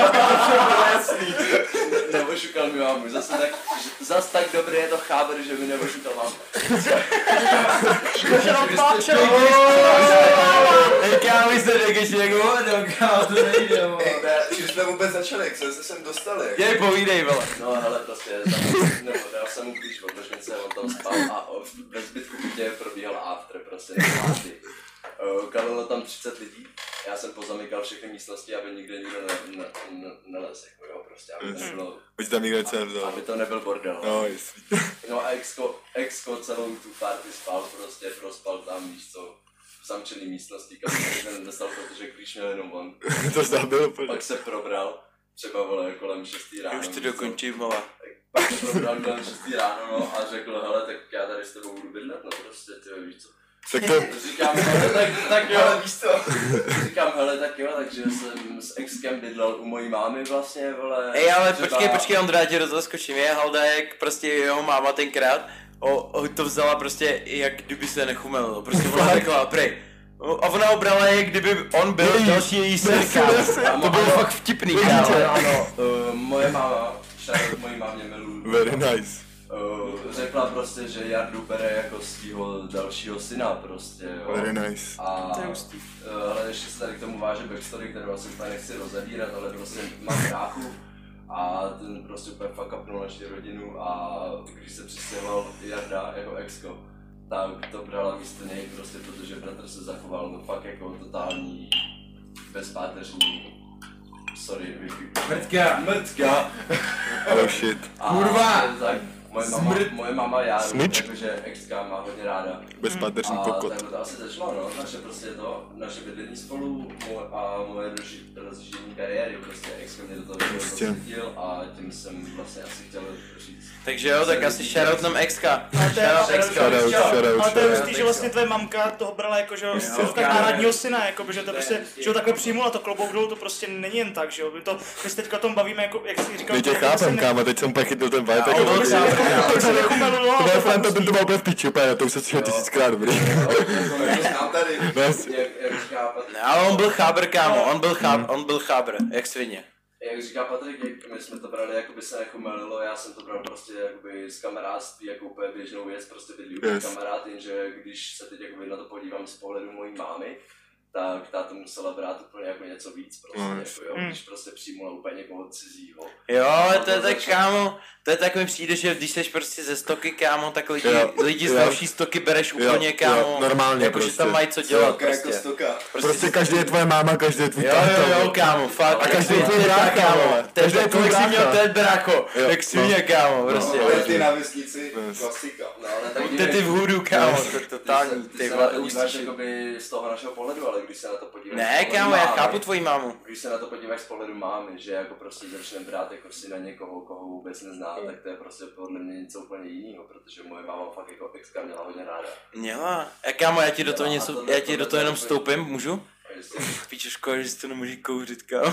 jasný, neošukal mi mámu, zase tak, že, zas tak dobrý je to cháber, že mi neošukal mámu. Hej, kámo, jste řekl, že jako, no kámo, to nejde, vole. Čím jsme vůbec začali, jak jsme se sem dostali? Jej, povídej, vole. No hele, prostě, nebo dal jsem mu klíč od ložnice, on tam spal a ve zbytku bytě probíhal after, prostě na party. Uh, kalilo tam třicet lidí, já jsem pozamykal všechny místnosti, aby nikde nikdo ne, ne, ne, nelez, jako jo, prostě, aby to nebylo, tam nikdo nevzal. aby to nebyl bordel. No, jestli. No a Exko, Exko celou tu party spal prostě, prospal tam, víš co, v zamčený místnosti, kam se nedostal, protože když měl jenom on. To zdá bylo Pak se probral, třeba vole kolem šestý ráno. Už to dokončím, vole. Pak se probral kolem šestý ráno, no, a řekl, hele, tak já tady s tebou budu bydlet, no prostě, ty víš co. Tak to... Říkám, hele, tak, tak jo, víš co. Říkám, hele, tak jo, takže jsem s Exkem bydlel u mojí mámy vlastně, vole. Ej, ale třeba... počkej, počkej, Ondra, já tě do toho skočím, je Halda, jak prostě jeho máma tenkrát, o, o, to vzala prostě, jak kdyby se nechumelilo, prostě ona řekla, prej. A ona ho brala, jak kdyby on byl Její, další její syn, kámo. To bylo fakt vtipný, kámo. Ano, uh, moje máma, šáru mojí mámě miluju. Very nice. Uh, řekla prostě, že Jardu bere jako svýho dalšího syna prostě, jo. Very nice. A, To je hustý. uh, ale ještě se tady k tomu váže backstory, kterou asi úplně nechci rozevírat, ale prostě mám bráchu a ten prostě úplně fuck upnul naši rodinu a když se přistěhoval Jarda jako Exko, tak to brala místo něj prostě, protože bratr se zachoval no fakt jako totální bezpáteřní, sorry, Mrtka. mrtka. Oh shit. A Kurva! Tak, moje mama, Smrt. moje mama Járu, Smyč. jakože exka má hodně ráda. Bezpáteřní A kokot. takhle to asi začalo, no, naše prostě to, naše bydlení spolu mo- a moje rozži- rozjíždění kariéry, prostě exka mě do toho Prostě. zasvětil a tím jsem vlastně asi chtěl říct. Takže jo, tak asi shoutout nám Exka. Ale to je- Shoutout Exka. Shoutout, shoutout, Ale to je shoutout. hustý, že vlastně tvoje mamka toho brala jako, že jo, tak kámo. náhradního syna, jako, že to prostě, že ho takhle přijmula, to klobouk dolů, to prostě není jen tak, že jo, my to, my se teďka o tom bavíme, jako, jak jsi říkal, Teď tě to prostě chápem, ne- kámo, teď jsem pak chytnul ten vibe, Já, jako on byl velký. chápem, to se nechumelilo, To ale byl to Franta, fakt ten to hustý. byl úplně v piči, úplně, to už se slyšel tisíckrát, dobrý. To znám tady. No, jasně. Jak, jak říká Patrik, Ne, ale on byl chábr, kámo, on byl chábr, on byl chábr, jak svině. jak říká Patrik, jak my jsme to brali, jako by se nechumelilo, já jsem to bral prostě jakoby z kamarádství, jako úplně běžnou věc, prostě bydlí úplně Yes. kamarád, jenže když se teď jakoby na to podívám z pohledu mojí mámy, tak ta to musela brát úplně jako něco víc prostě, No, jako jo, mm. když prostě přijmula úplně někoho cizího. Jo, A to je to tak, začal- kámo, to je tak mi přijde, že když jsi prostě ze stoky, kámo, tak lidi, Jo, lidi z jo. další stoky bereš úplně, jo, kámo, normálně jako že prostě. tam mají co dělat Stoka jako prostě. stoka. Prostě každý je tvoje máma, každý je tvůj Jo, táta. jo, jo, kámo, fakt. A každý jak je tvůj svině, brácha, kámo. vole. To je Každý je tak, tvůj jak jsi měl brácha. ten brácho, Jo, jak svině, kámo, prostě. No, ale ty na vesnici, Yes. klasika. No, ale tak Buďte ty v hůdu, kámo, to je totální, ty, ty se na vole, to díváš ústíš. jakoby z toho našeho pohledu, ale když se na to podíváš Ne, z pohledu kámo, já mámy, chápu tvoji mámu. Když se na to podíváš z pohledu mámy, že jako prostě začneme brát jako si na někoho, koho vůbec nezná, tak to je prostě podle mě něco úplně jiného, protože moje máma fakt jako exka měla hodně ráda. Měla. A kámo, já ti do toho Měla, něco, a tohle- já ti do tohle toho jenom to je- vstoupím, můžu? A jestli- Píče, škoda, že si to nemůžeš kouřit, kámo.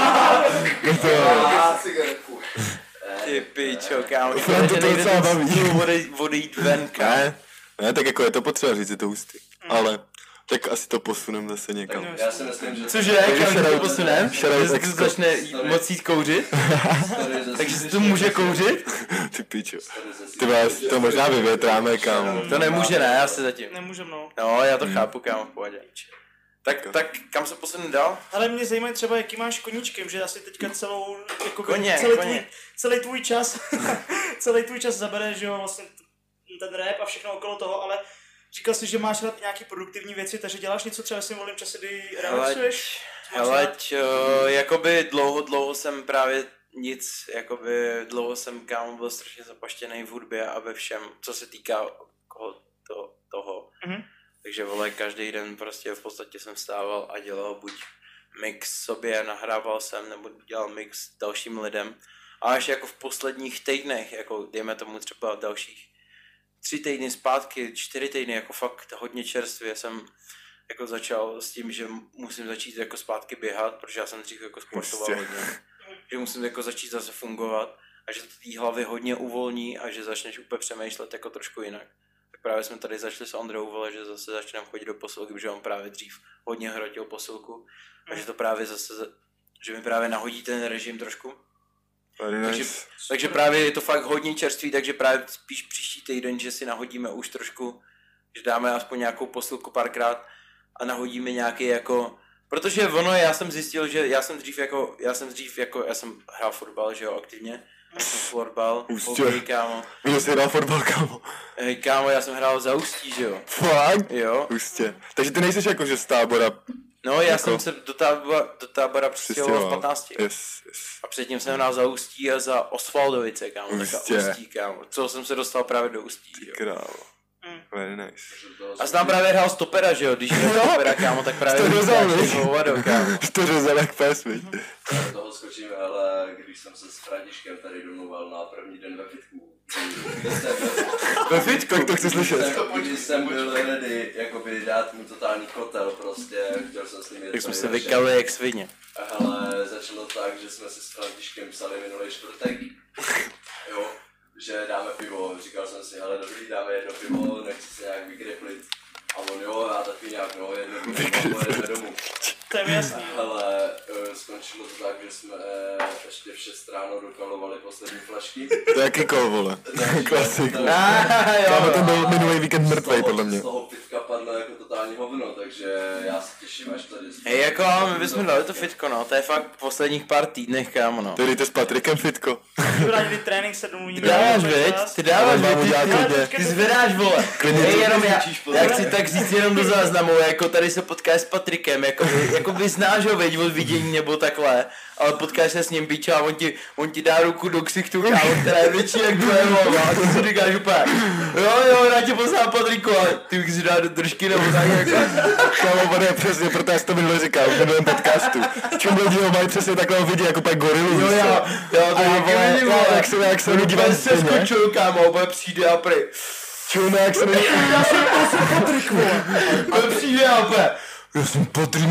A cigaretku. Ty pičo, kámo. Fran, to Že to nejde docela ten baví. stůl odejít, odejít ven, kámo. Ne, ne, tak jako je to potřeba říct, je to hustý. Ale tak asi to posunem zase někam. Tak já si myslím, že... Cože, kámo, že to shoutout- posunem? shoutout Že se Exko. začne moc jít kouřit? Story ze Takže se sídliště- to může kouřit? Ty pičo. story ze Ty vás, sídliště- to možná vyvětráme, kámo. To nemůže, ne, já se zatím. Nemůžem, no. No, já to chápu, kámo, v pohodě. Tak, tak kam se posuneme dál? Ale mě zajímá třeba, jaký máš koníčkem, že asi teďka celou, jako Koně, celý, koně. Tvůj, celý tvůj čas, celý tvůj čas zabere, že jo, vlastně t- ten rap a všechno okolo toho, ale říkal jsi, že máš rád nějaký produktivní věci, takže děláš něco třeba ve svým volným čase, kdy relaxuješ? Co máš rád? Heleď, uh, jakoby dlouho, dlouho jsem právě nic, jakoby dlouho jsem, kámo, byl strašně zapaštěný v hudbě a ve všem, co se týká koho, to, toho. Mhm. Takže vole, každý den prostě v podstatě jsem stával a dělal buď mix sobě, nahrával jsem, nebo dělal mix dalším lidem. A až jako v posledních týdnech, jako dejme tomu třeba dalších tři týdny zpátky, čtyři týdny, jako fakt hodně čerstvě jsem jako začal s tím, že musím začít jako zpátky běhat, protože já jsem dřív jako sportoval Prostě. hodně. Že musím jako začít zase fungovat a že to té hlavy hodně uvolní a že začneš úplně přemýšlet jako trošku jinak. Tak právě jsme tady začali s Ondrou, vole, že zase začneme chodit do posilky, protože on právě dřív hodně hrotil posilku a že to právě zase, že mi právě nahodí ten režim trošku. Very Takže, nice. takže právě je to fakt hodně čerstvý, takže právě spíš příští týden, že si nahodíme už trošku, že dáme aspoň nějakou posilku párkrát a nahodíme nějaký jako, protože ono, já jsem zjistil, že já jsem dřív jako, já jsem dřív jako, já jsem hrál fotbal, že jo, aktivně, já jsem florbal, Ústě. hokej, kámo, Kdo jsi hrál fotbal, kámo? hej, kámo, já jsem hrál za Ústí, že jo, Fakt? jo, Hustě. Takže ty nejseš jako, že z tábora No, já Jako? jsem se do tábora, do tábora přistěhoval v patnácti. Yes, yes. A předtím jsem hrál za Ústí a za Osvaldovice, kámo. Ústě. Taká Ústí, kámo. Co jsem se dostal právě do Ústí, jo. Krávo. Mm. Very nice. A znám právě hrál stopera, že jo? Když hrál stopera, kámo, tak právě To řezal, víš, viď? hovado, kámo. To řezal jak pes, viď? Já do toho skočím, ale když jsem se s Františkem tady domluval na první den ve fitku, kdy jsem byl, Ve fitku, jak to chci slyšet. jsem, když jsem byl ready, jakoby dát mu totální kotel prostě, chtěl jsem s ním jet Tak jsme tady se večer. vykali jak svině. Ale začalo tak, že jsme si s Františkem psali minulý čtvrtek, jo, že dáme pivo, říkal jsem si, ale dobrý, dáme jedno pivo, nechci se nějak vygreplit. A on jo, já taky nějak, no, jedno pivo a pojedeme domů. To je mi jasný. Ale uh, skončilo to tak, že jsme uh, ještě v šest ráno dokalovali poslední flašky. To je jaký kol, vole. Klasik. Ah, Kámo, jo. to byl minulý víkend mrtvej, Z toho- podle mě. Z toho pitka padne jako totální hovno, takže já se těším, až tady... Hej, jako, my bychom dali to fitko, no, to je fakt v posledních pár týdnech, kámo, no. Ty jdete s Patrikem fitko. Ty bránili trénink se domluví. Ty dáváš, veď? Ty dáváš, Ale mám veď? udělat Ty, klidně. ty, ty zvedáš, vole. Hej, jenom já, já chci tak říct jenom do záznamu, jako tady se potkáš s Patrikem, jako by, jako by znáš ho, veď, od vidění nebo takhle, ale potkáš se s ním, pičo, a on ti, on ti dá ruku do ksichtu, kámo, která je větší jak tvoje hlava, a ty si říkáš úplně, jo, jo, já tě poznám, Patriku, a ty bych si dá do držky nebo tak, jako. Kámo, on je přesně, proto já jsem to minule říkal, v minulém podcastu. Čím lidi ho mají přesně takového vidí, jako pak gorilu. Jo, já, jo, to A je vole, taky já, jak se, jak se lidi dívají se stejně. skočil, kámo, bude přijde a prej. Čum, jak se lidi... Já jsem Patrik, vole. Bude přijde a prej. Já jsem Patrik,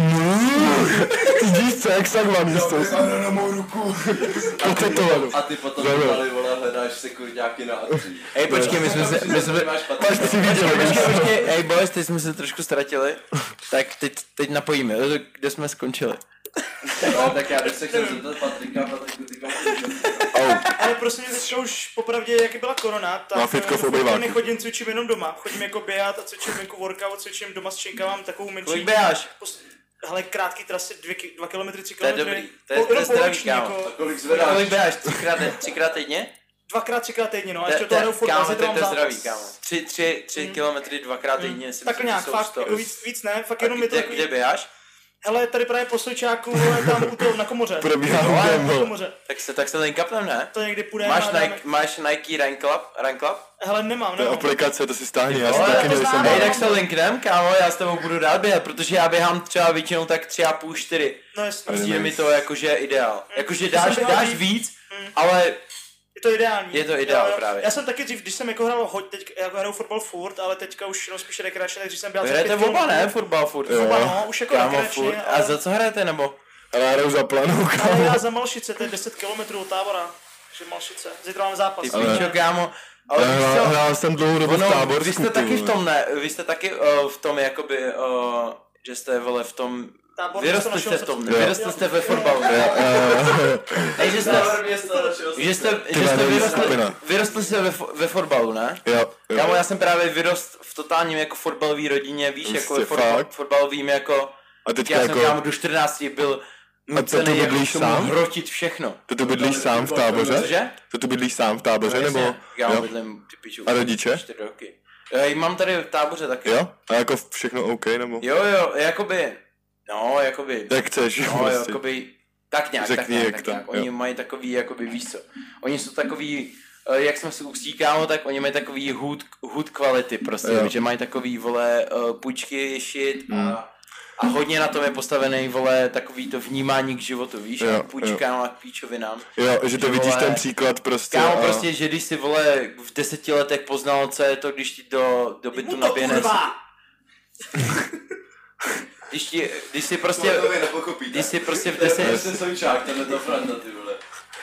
ty víš co, jak Sagvan, víš co? Ano, na mou ruku. Potetovanou. A ty potom Zabil. tady, vole, hledáš sekurňáky na atří. Hej, počkej, my jsme se, my jsme, Máš Máš Patrika. si viděl, víš počkej, co? počkej, hej boys, teď jsme se trošku ztratili, tak teď, teď napojíme, kde jsme skončili. No, tak já bych se chtěl zeptat Patrika, Patriku, ty kam Au. Ale prosím mě teďka už popravdě, jak byla korona, tak Má fitko v eh, obejváku. nechodím, cvičím jenom doma. Chodím jako běhat a cvičím venku workout, cvičím doma s činka, mám takovou menší... Kolik běháš? Pos- Hele, krátký trasy, dvě, ki- dva kilometry, tři To je kilometry. dobrý, to je- Po- to je jenom zdravý, poloviční, kámo. jako Kolik zvedáš? Kolik běháš? Třikrát, třikrát týdně? dvakrát, třikrát týdně, no. A To- ještě to to je- hraju furt, Kámo, a to zítra je mám to zdravý, zápas. kámo. Tři, tři, tři kilometry dvakrát týdně si Tak myslím, nějak, že jsou fakt, sto. jako víc, víc ne, fakt A jenom je to kde, takový... kde běháš? Hele, tady právě po Sojčáku, vole, tam u toho, na komoře. Probíhá No, hudem, na vole. komoře. Tak se, tak se linkupnem, ne? To někdy půjde. Máš a dáme- Nike, máš Nike Run Club? Run Club? Hele, nemám, To je nemám. aplikace, to si stáhni, já si Ale taky to nejsem znám, Hej, dál. tak se linknem, kámo, já s tebou budu rád běhat, protože já běhám třeba většinou tak tři a půl, čtyři. No jasně, Ale Přijde mi nice. to jakože ideál. Jakože To jsem dáš, běhal dáš víc. víc, Mm. ale je to ideální. Je to ideál Jo, jo. právě. Já jsem taky dřív, když jsem jako hrál hoď, teď jako hraju fotbal furt, ale teďka už jenom spíš rekreačně, tak když jsem běhal hrajete pět oba, ne? kilometrů. Fotbal furt. Jo. Oba, no, už jako Kámo, rekreačně, furt. A ale, za co hrajete, nebo? Ale já hraju za planou, ale kámo. já za Malšice, to je deset kilometrů od tábora. Takže Malšice. Zítra mám zápas. Ty Ale- píčo, kámo. Ale Já víš hrál- co? Hrál jsem dlouhou dobu v Ono, Táborsku. vy jste ty taky v vole. tom, ne? Vy jste taky uh, v tom, jakoby, uh, že jste, vole, v tom... Tábor Vyrostli město jste našeho v tom, srdce. vyrostli jste ve fotbalu. Hej, že jste, Závar města našeho že jste, Ty že jste vole, vyrostli, skupina. vyrostli jste ve, fo- ve fotbalu, ne? Jo, jo. Kámo, já jsem právě vyrost v totálním jako fotbalové rodině, víš, jako Prostě ve fotbal, fakt? fotbalovým jako... A teďka Já jsem jako, kámo do čtrnácti byl A to tu nucený jako bydlíš k tomu sám? hrotit všechno. to tu bydlíš sám v táboře? Cože? To tu bydlíš sám v táboře, nebo? Já Jo. bydlím ty piču. A rodiče? čtyři roky. Já mám tady v táboře taky. Jo? A jako všechno OK, nebo? Jo, jo, jakoby, no, jakoby, Jak chceš, jo, no, prostě. jakoby, tak nějak, Řekni, tak nějak, jak tak to, nějak. jo. Oni mají takový, jakoby, víš co, oni jsou takový, eh, jak jsme si ustíkámo, tak oni mají takový hood, hood kvality prostě, Jo. že mají takový, vole, uh, půjčky, shit Mm. a, a hodně na tom je postavený, vole, takový to vnímání k životu, víš, Jo, a půjčkám a k píčovinám. Jo, že to Že, vidíš vole, ten příklad prostě. Kámo, a... prostě, že když si, vole, v deseti letech poznal, co je to, když ti do, do bytu Mu to naběhne, kurva! když, ti, když si prostě, Kolegovi nepochopíte. když si prostě v To je deseti, prostě Sojčák, tenhle to Franta, ty vole.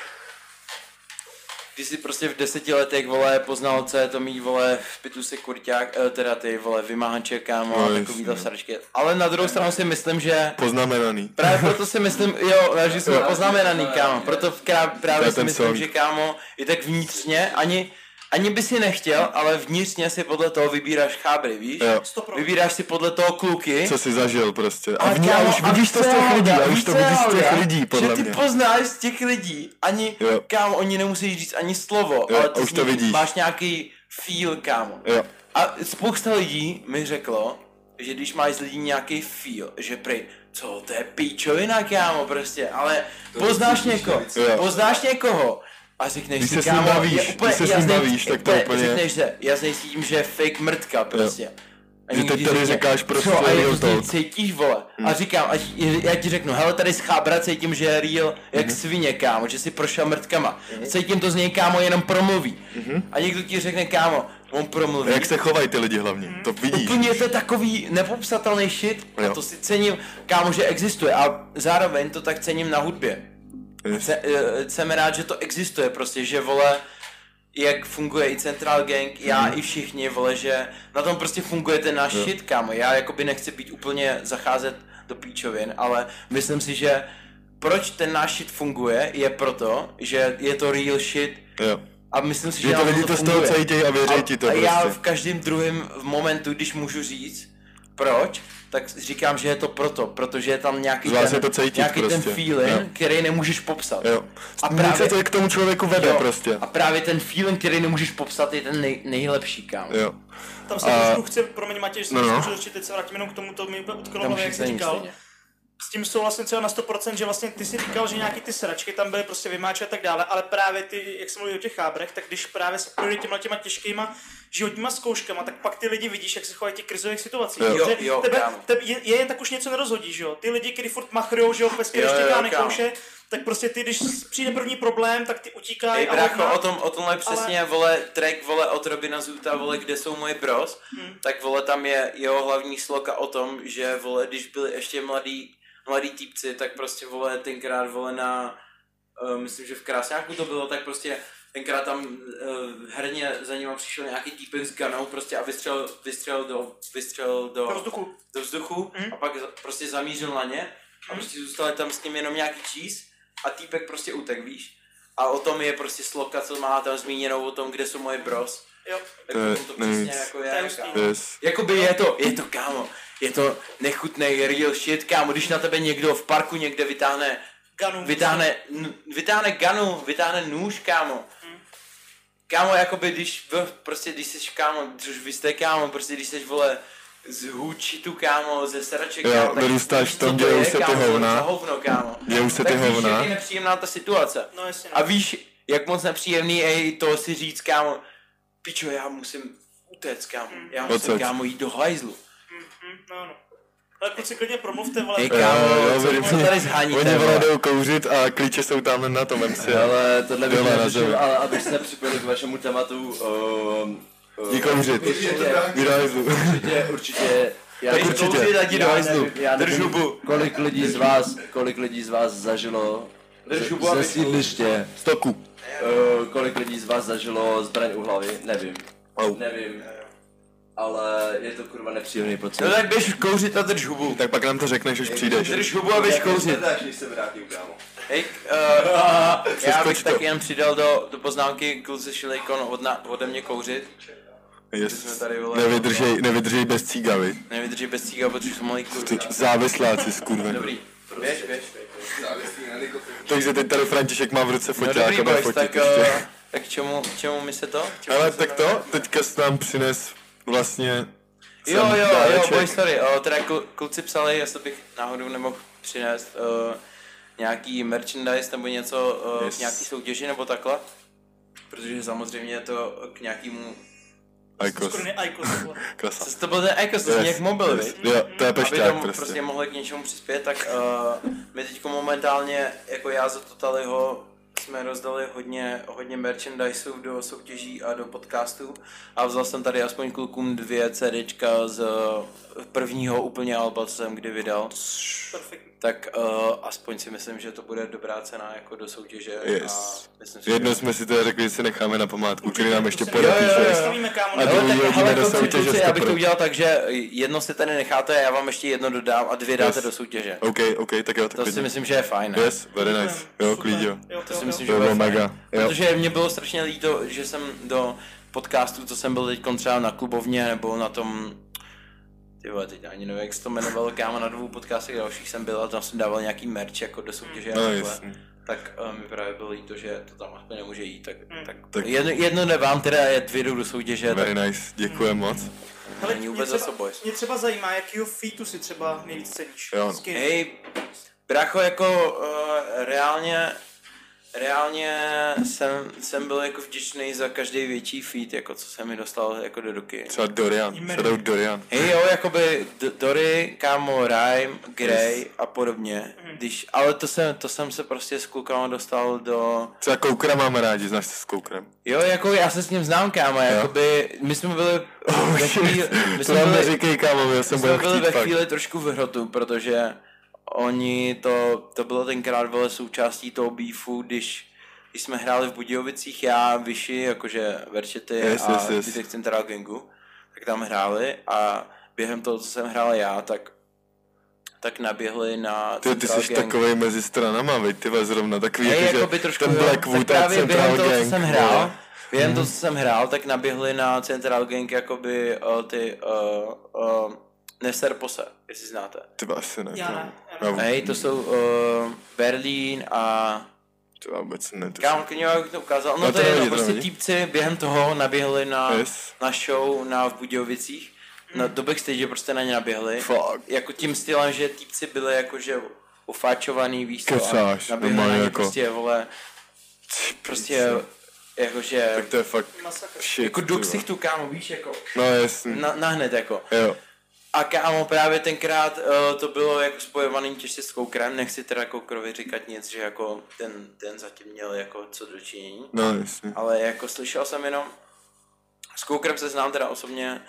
když si prostě v deseti letech, vole, poznal, co je to mít, vole, v bytu si kurťák, eh, teda ty, vole, vymáhanče, kámo, No, a takový to sračky. Ale na druhou stranu si myslím, že Poznamenaný. právě proto si myslím, jo, že jsme Jo. poznamenaný, kámo, proto krá- To právě je si ten myslím, song. že, kámo, i tak vnitřně, ani, ani by si nechtěl, ale vnitřně si podle toho vybíráš chábry, víš? Jo. sto pro. Vybíráš si podle toho kluky. Co jsi zažil prostě. A, Ale v ní, a kámo, už vidíš to z těch celá lidí, a hoda, už to víš, vidíš z celá těch hoda, lidí, podle že ty mě. poznáš z těch lidí, ani, Jo. kámo, oni nemusí říct ani slovo, Jo, ale a ty už z to nich vidíš. máš nějaký feel, kámo. Jo. A spousta lidí mi řeklo, že když máš z lidí nějaký feel, že prej, co to je píčovina, kámo, prostě, ale to poznáš někoho, poznáš někoho a řekneš když si, se kámo, bavíš, je úplně když se jasný, bavíš, tak to úplně, úplně... řekneš se, jasný s tím, že je fake mrtka, prostě. Jo. Že teď tady říkáš prostě co, a real je talk. cítíš, vole. Hmm. A říkám, a já ti řeknu, hele, tady z chábra cítím, že je real jak hmm. svině, kámo, že si prošel mrtkama. Hmm. Cítím to z něj, kámo, jenom promluví. Hmm. A někdo ti řekne, kámo, on promluví. A jak se chovají ty lidi hlavně, hmm. to vidíš. Úplně to je takový nepopsatelný shit. Jo. A to si cením, kámo, že existuje. A zároveň to tak cením na hudbě. Yes. Jsem rád, že to existuje, prostě, že vole, jak funguje i Central Gang, já mm. i všichni, vole, že na tom prostě funguje ten náš jo. shit, kámo. Já jakoby nechci být úplně zacházet do píčovin, ale myslím si, že proč ten náš shit funguje, je proto, že je to real shit. Jo. A myslím si, že, že to lidi to z toho cítějí a věří ti to a prostě. já v každém druhém momentu, když můžu říct, proč, tak říkám, že je to proto, protože je tam nějaký, ten, to cítit nějaký prostě. ten feeling, jo. který nemůžeš popsat. Jo. A právě to k tomu člověku vede jo. prostě. A právě ten feeling, který nemůžeš popsat, je ten nej, nejlepší, kámo. Jo. Tam se a... trošku chci, promiň Matěj, že jsem no, no. určitě, teď se vrátím jenom k tomu, to mi úplně utkalo, jak jsi říkal. Stejně. S tím souhlasím třeba na sto procent, že vlastně ty si říkal, že nějaký ty sračky tam byly prostě vymáče a tak dále, ale právě ty, jak jsem mluvil o těch chábrech, tak když právě se projde těma těma těžkýma životníma zkouškama, tak pak ty lidi vidíš, jak se chovají těch krizových situacích. Jo, že jo, tebe, tebe je, je, jen tak už něco nerozhodí, že jo? Ty lidi, kteří furt machrujou, že jo, bez štěká nekouše, tak prostě ty, když přijde první problém, tak ty utíkají. Ej, brácho, o tom, o tomhle přesně, ale... vole, track, vole, od Robina Zuta, vole, Kde jsou moje bros, hmm. tak, vole, tam je jeho hlavní sloka o tom, že, vole, když byli ještě mladí, mladí týpci, tak prostě, vole, tenkrát, vole, na, uh, myslím, že v Krásňáku to bylo, tak prostě tenkrát tam uh, herně za ním přišel nějaký týpek s ganou prostě a vystřelil, vystřelil do, vystřelil do, do vzduchu, do vzduchu mm. a pak prostě zamířil na ně a mm. prostě zůstali tam s ním jenom nějaký cheese a týpek prostě utek, víš. A o tom je prostě sloka, co má tam zmíněnou o tom, kde jsou moje bros. Jo. Tak to, to, to přesně jako je, yes. Jakoby je to, je to, kámo, je to nechutnej real shit, kámo, když na tebe někdo v parku někde vytáhne Ganu. Vytáhne, n- vytáhne ganu, vytáhne nůž, kámo. Hmm. Kámo, jakoby, když, prostě, když jsi, kámo, už vy jste, kámo, prostě, když jsi, vole, z hůčitu, kámo, ze sraček, jo, kámo, tak vyrůstáš v tom, dějou se ty hovna. Hovno, kámo. Dějou se ty tak hovna. víš, jak je nepříjemná ta situace. No, jasně, a víš, jak moc nepříjemný je to si říct, kámo, pičo, já musím utéct, kámo, hmm. já musím, Odsaď. kámo, jít do hajzlu. Hmm, hmm, no, no. Ale kluci, klidně promluvte, vole. Hej, kámo, jo, co, jo, co tady zháníte, oni vole jdou kouřit a klíče jsou tam na tom em cé. Ale tohle bych neřešil, ale abych se připojil k vašemu tématu. Um, um, Jdi kouřit. Určitě, určitě. Já Bejš kouřit a jdi do hajzlu. Drž hubu. Kolik lidí z vás, kolik lidí z vás zažilo Drž hubu, ze abych sídliště Stoku. Uh, kolik lidí z vás zažilo zbraň u hlavy? Nevím. Oh. Nevím. Ale je to kurva nepříjemný pocit. No tak běž kouřit a drž hubu. Tak pak nám to řekneš, až přijdeš. Drž hubu a běž kouřit. Než se vrátím, kámo. Hej, uh, já bych taky jen přidal do, do poznámky, kluci šli od na, ode mě kouřit. Yes. Nevydržej, nevydržej bez cígavy. Nevydržej bez cíga, protože jsou malý kurva. Závisláci, skurve. Dobrý, běž, běž. Takže teď tady František má v ruce foťák no dobrý, a bude boys, fotit tak, ještě. Uh, tak k čemu, k čemu mi se to? Ale tak to, teďka jsi nám přines vlastně... Jo, jo, jo, boy, sorry, uh, teda kl, kluci psali, jestli bych náhodou nemohl přinést uh, nějaký merchandise nebo něco uh, yes. k nějaký soutěži nebo takhle. Protože samozřejmě je to k nějakému... Icos. Krasa. To byl ten Icos, to zní jak mobil, yes. Jo, to je pešťák prostě. Aby prostě. prostě mohli k něčemu přispět, tak uh, my teďko momentálně, jako já za Totaliho, jsme rozdali hodně, hodně merchandiseů do soutěží a do podcastů a vzal jsem tady aspoň klukům dvě CDčka z prvního úplně alba, co jsem kdy vydal. Perfect. Tak uh, aspoň si myslím, že to bude dobrá cena jako do soutěže. Yes. A myslím si, jedno že... jsme si to řekli, že si necháme na památku, který nám ještě podepíšeš. A druhý hodíme do soutěže. Já bych to udělal tak, že jedno si tady necháte, já vám ještě jedno dodám a dvě dáte yes. do soutěže. OK, OK, tak jo, tak to klidně. Si myslím, že je fajn. Ne? Yes, very nice. Jo, klidně. To si myslím, že bude mega. Protože mě bylo strašně líto, že jsem do podcastu, co jsem byl teď třeba na klubovně nebo na tom, ty vole, teď ani nevím, jak se to jmenovalo, kámo, na dvou podcastech dalších jsem byl a tam jsem dával nějaký merch jako do soutěže no, a takhle. Tak uh, mi právě bylo líto, že to tam aspoň nemůže jít, tak, mm. tak, tak jedno, jedno jde vám teda, je dvě jdou do soutěže. Very tak... nice, děkujem moc. Hele, není mě vůbec třeba, za boys. mě třeba zajímá, jakýho featu si třeba nejvíc ceníš. Jo, no. S kým? Hej, brácho, jako uh, reálně, reálně jsem, jsem byl jako vděčný za každý větší feat, jako co se mi dostal jako do ruky. Třeba Dorian, Shadow Dorian. Hej jo, jakoby D- Dory, kámo, Rhyme, Grey a podobně. Když, ale to jsem, to jsem se prostě s klukama dostal do... Třeba Koukra máme rádi, znáš se s Koukrem? Jo, jako já se s ním znám, kámo, jakoby, my jsme byli... Oh, ve chvíli, my to jsme nám byli, neříkej, kámo, já my jsem jsme byl byli chtít ve fakt. chvíli trošku v hrotu, protože oni to, to bylo tenkrát vele součástí toho beefu, když když jsme hráli v Budějovicích, já, Vyši, jakože Verčety yes, a yes, yes. zbytek Central Gangu, tak tam hráli a během toho, co jsem hrál já, tak tak naběhli na Ty, ty Central jsi Gang. takovej mezi stranama, veď, ty zrovna takový, Hej, jako, jakoby že trošku, ten jo, Blackwood tak a právě Central během toho, Gang, co jsem hrál, vole. během toho, co jsem hrál, tak naběhli na Central Gang jakoby uh, ty uh, uh, Neser Pose, jestli znáte. Ty asi ne, Já kámo. ne, já Já, Hej, to jsou uh, Berlín a to já vůbec ne, to kámo, klidně bych to ukázal. No, No to to je nevadí, jedno, to prostě nevadí. týpci během toho naběhli na, Yes. na show na v Budějovicích. Na, do backstage prostě na ně naběhli. Fuck. Jako tím stylem, že týpci byli jakože ufáčovaný, víš co, a Kecáš, naběhli na normálně ně jako- prostě, vole, prostě jakože, tak to je fakt Masakr. shit, jako ty do vole. ksichtu, kámo, víš, jako, No jasný, na, nahned jako. jo. A kámo, právě tenkrát uh, to bylo jako spojovaný těžce s Koukrem, nechci teda Koukrovi říkat nic, že jako ten, ten zatím měl jako co dočinění. No jasný. Ale jako slyšel jsem jenom, s Koukrem se znám teda osobně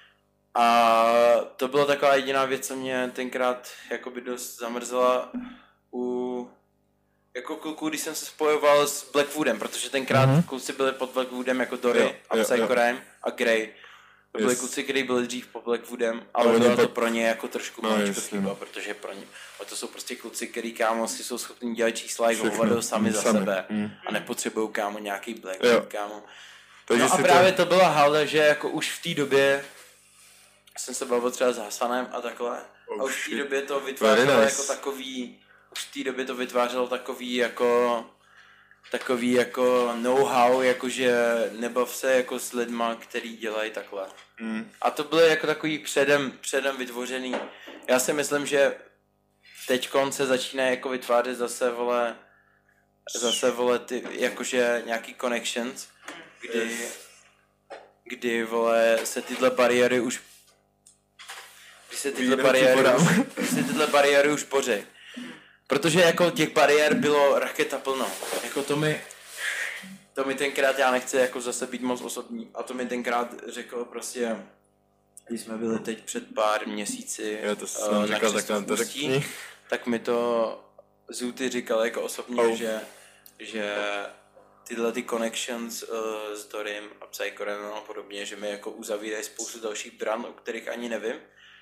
a to byla taková jediná věc, co mě tenkrát jakoby dost zamrzela u jako kluků, když jsem se spojoval s Blackwoodem, protože tenkrát mm-hmm. kluci byli pod Blackwoodem jako Dory Jo, a jo, Psycho jo. Rhyme a Grey. To byli Yes. kluci, kteří byli dřív pod Blackwoodem, A ale oni bylo to pak- pro ně jako trošku No, maličko jasně, chyba, no. protože pro ně, ale to jsou prostě kluci, který kámo si jsou schopni dělat čísla i Všechno. hovado sami Mm, za sami. sebe Mm. a nepotřebují kámo nějaký Blackwood, Jo. kámo. Takže No a si právě to... to byla halda, že jako už v té době jsem se bavil třeba s Hasanem a takhle. Oh, a už v té shit. době to vytvářelo Very nice. jako takový, už v té době to vytvářelo takový jako, takový jako know-how, jakože nebav se jako s lidma, který dělají takhle. Mm. A to byly jako takový předem, předem vytvořený. Já si myslím, že teďkon se začíná jako vytvářet zase, vole, zase, vole, ty, jakože nějaký connections, kdy, kdy, vole, se tyhle bariéry už kdy se tyhle Výroky bariéry podám. už, kdy se tyhle bariéry už boří. Protože jako těch bariér bylo raketa plno. Jako to mi, to mi tenkrát, já nechci jako zase být moc osobní, a to mi tenkrát řekl prostě, když jsme byli teď před pár měsíci Jo, to jsem eh, na říkal, křestu tak nám v to Ústí, řekni. tak mi to Zuty říkal jako osobně, Oh. že, že tyhle ty connections uh, s Dorym a Psychorem a podobně, že mi jako uzavírají spoustu dalších brand, o kterých ani nevím.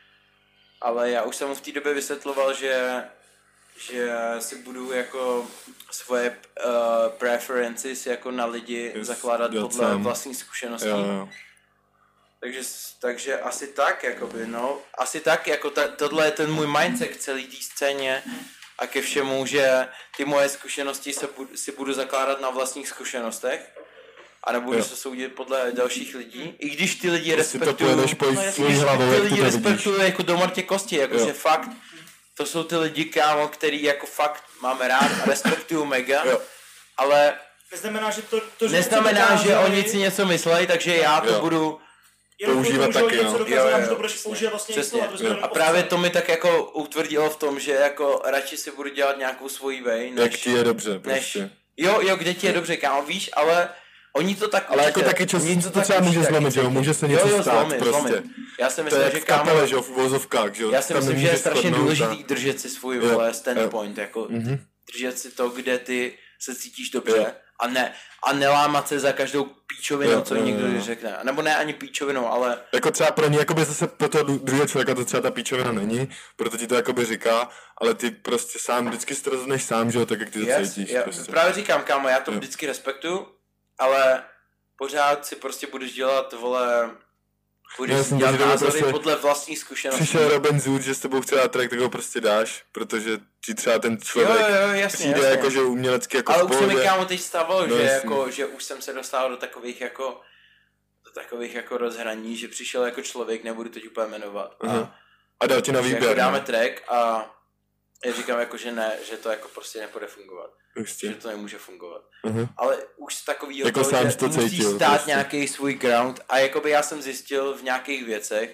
Ale já už jsem mu v té době vysvětloval, že že si budu jako svoje uh, preferences jako na lidi Yes, zakládat dělat podle sám. vlastní zkušeností. Jo, jo. Takže, takže asi tak, jakoby, no. Asi tak, jako ta, tohle je ten můj mindset k celé té scéně a ke všemu, že ty moje zkušenosti se budu, si budu zakládat na vlastních zkušenostech a nebudu Jo. se soudit podle dalších lidí, i když ty lidi Prostě to respektuju, pojedeš po No, jasně, svojí hlavou, ty jak ty lidi to vidíš. respektuju jako do mrtě kosti, Jo. jakože fakt, to jsou ty lidi, kámo, který jako fakt máme rád a respektuju mega, Jo. ale Neznamená, že to, to že neznamená, to že dokázali, oni si něco myslej, takže já to Jo. budu. jenom používat použil taky, něco no. dokázali, Jo, jo, že to jo. budeš používat vlastně Přesně. něco, a to jsme Jo. jenom A právě ovce. to mi tak jako utvrdilo v tom, že jako radši si budu dělat nějakou svoji way, než, Jak ti je dobře, než, prostě. jo, jo, kde ti je dobře, kámo, víš, ale oni to tak Ale jako určitě- taky často oni to tak třeba může určitě zlomit, taky že jo, cítí. může se Jo, něco jo, stát zlomit, prostě. zlomit. Já si To je myslím, jak že v kámo, kapele, že jo, v uvozovkách, že jo. já si Tam myslím, že nemůžeš je strašně spadnout důležitý a- držet si svůj Jo, vole jo. standpoint, jako Mhm. držet si to, kde ty se cítíš dobře Jo. a ne a nelámat se za každou píčovinu, Jo, co jo, někdo jo. řekne. Nebo ne ani píčovinu, ale Jako třeba pro ně, jakoby zase pro toho druhého člověka to třeba ta píčovina není, proto ti to jakoby říká, ale ty prostě sám, vždycky si to rozhodneš sám, že jo, tak jak ty to yes, cítíš já, prostě. právě říkám, kámo, já to Jo. vždycky respektuju, ale pořád si prostě budeš dělat, vole, budeš Já si jsem dělat viděl názory prostě- podle vlastních zkušeností. Přišel Robin Zoot, že s tebou chce dát track, tak ho prostě dáš, protože ti třeba ten Jo, člověk jo, jo, jasně, přijde jasně. jako, že umělecky jako Ale v už se mi pohodě. kámo teď stávalo, No, že, jasně. jako, že už jsem se dostal do takových jako do takových jako rozhraní, že přišel jako člověk, nebudu teď úplně jmenovat. Uh-huh. A, a dal ti na výběr. Jako dáme track a já říkám jako, že ne, že to jako prostě nepůjde fungovat. Prostě. Že to nemůže fungovat. Uh-huh. Ale už z takovýho jako toho, že to musí cítil, stát prostě. nějaký svůj ground a jakoby já jsem zjistil v nějakých věcech,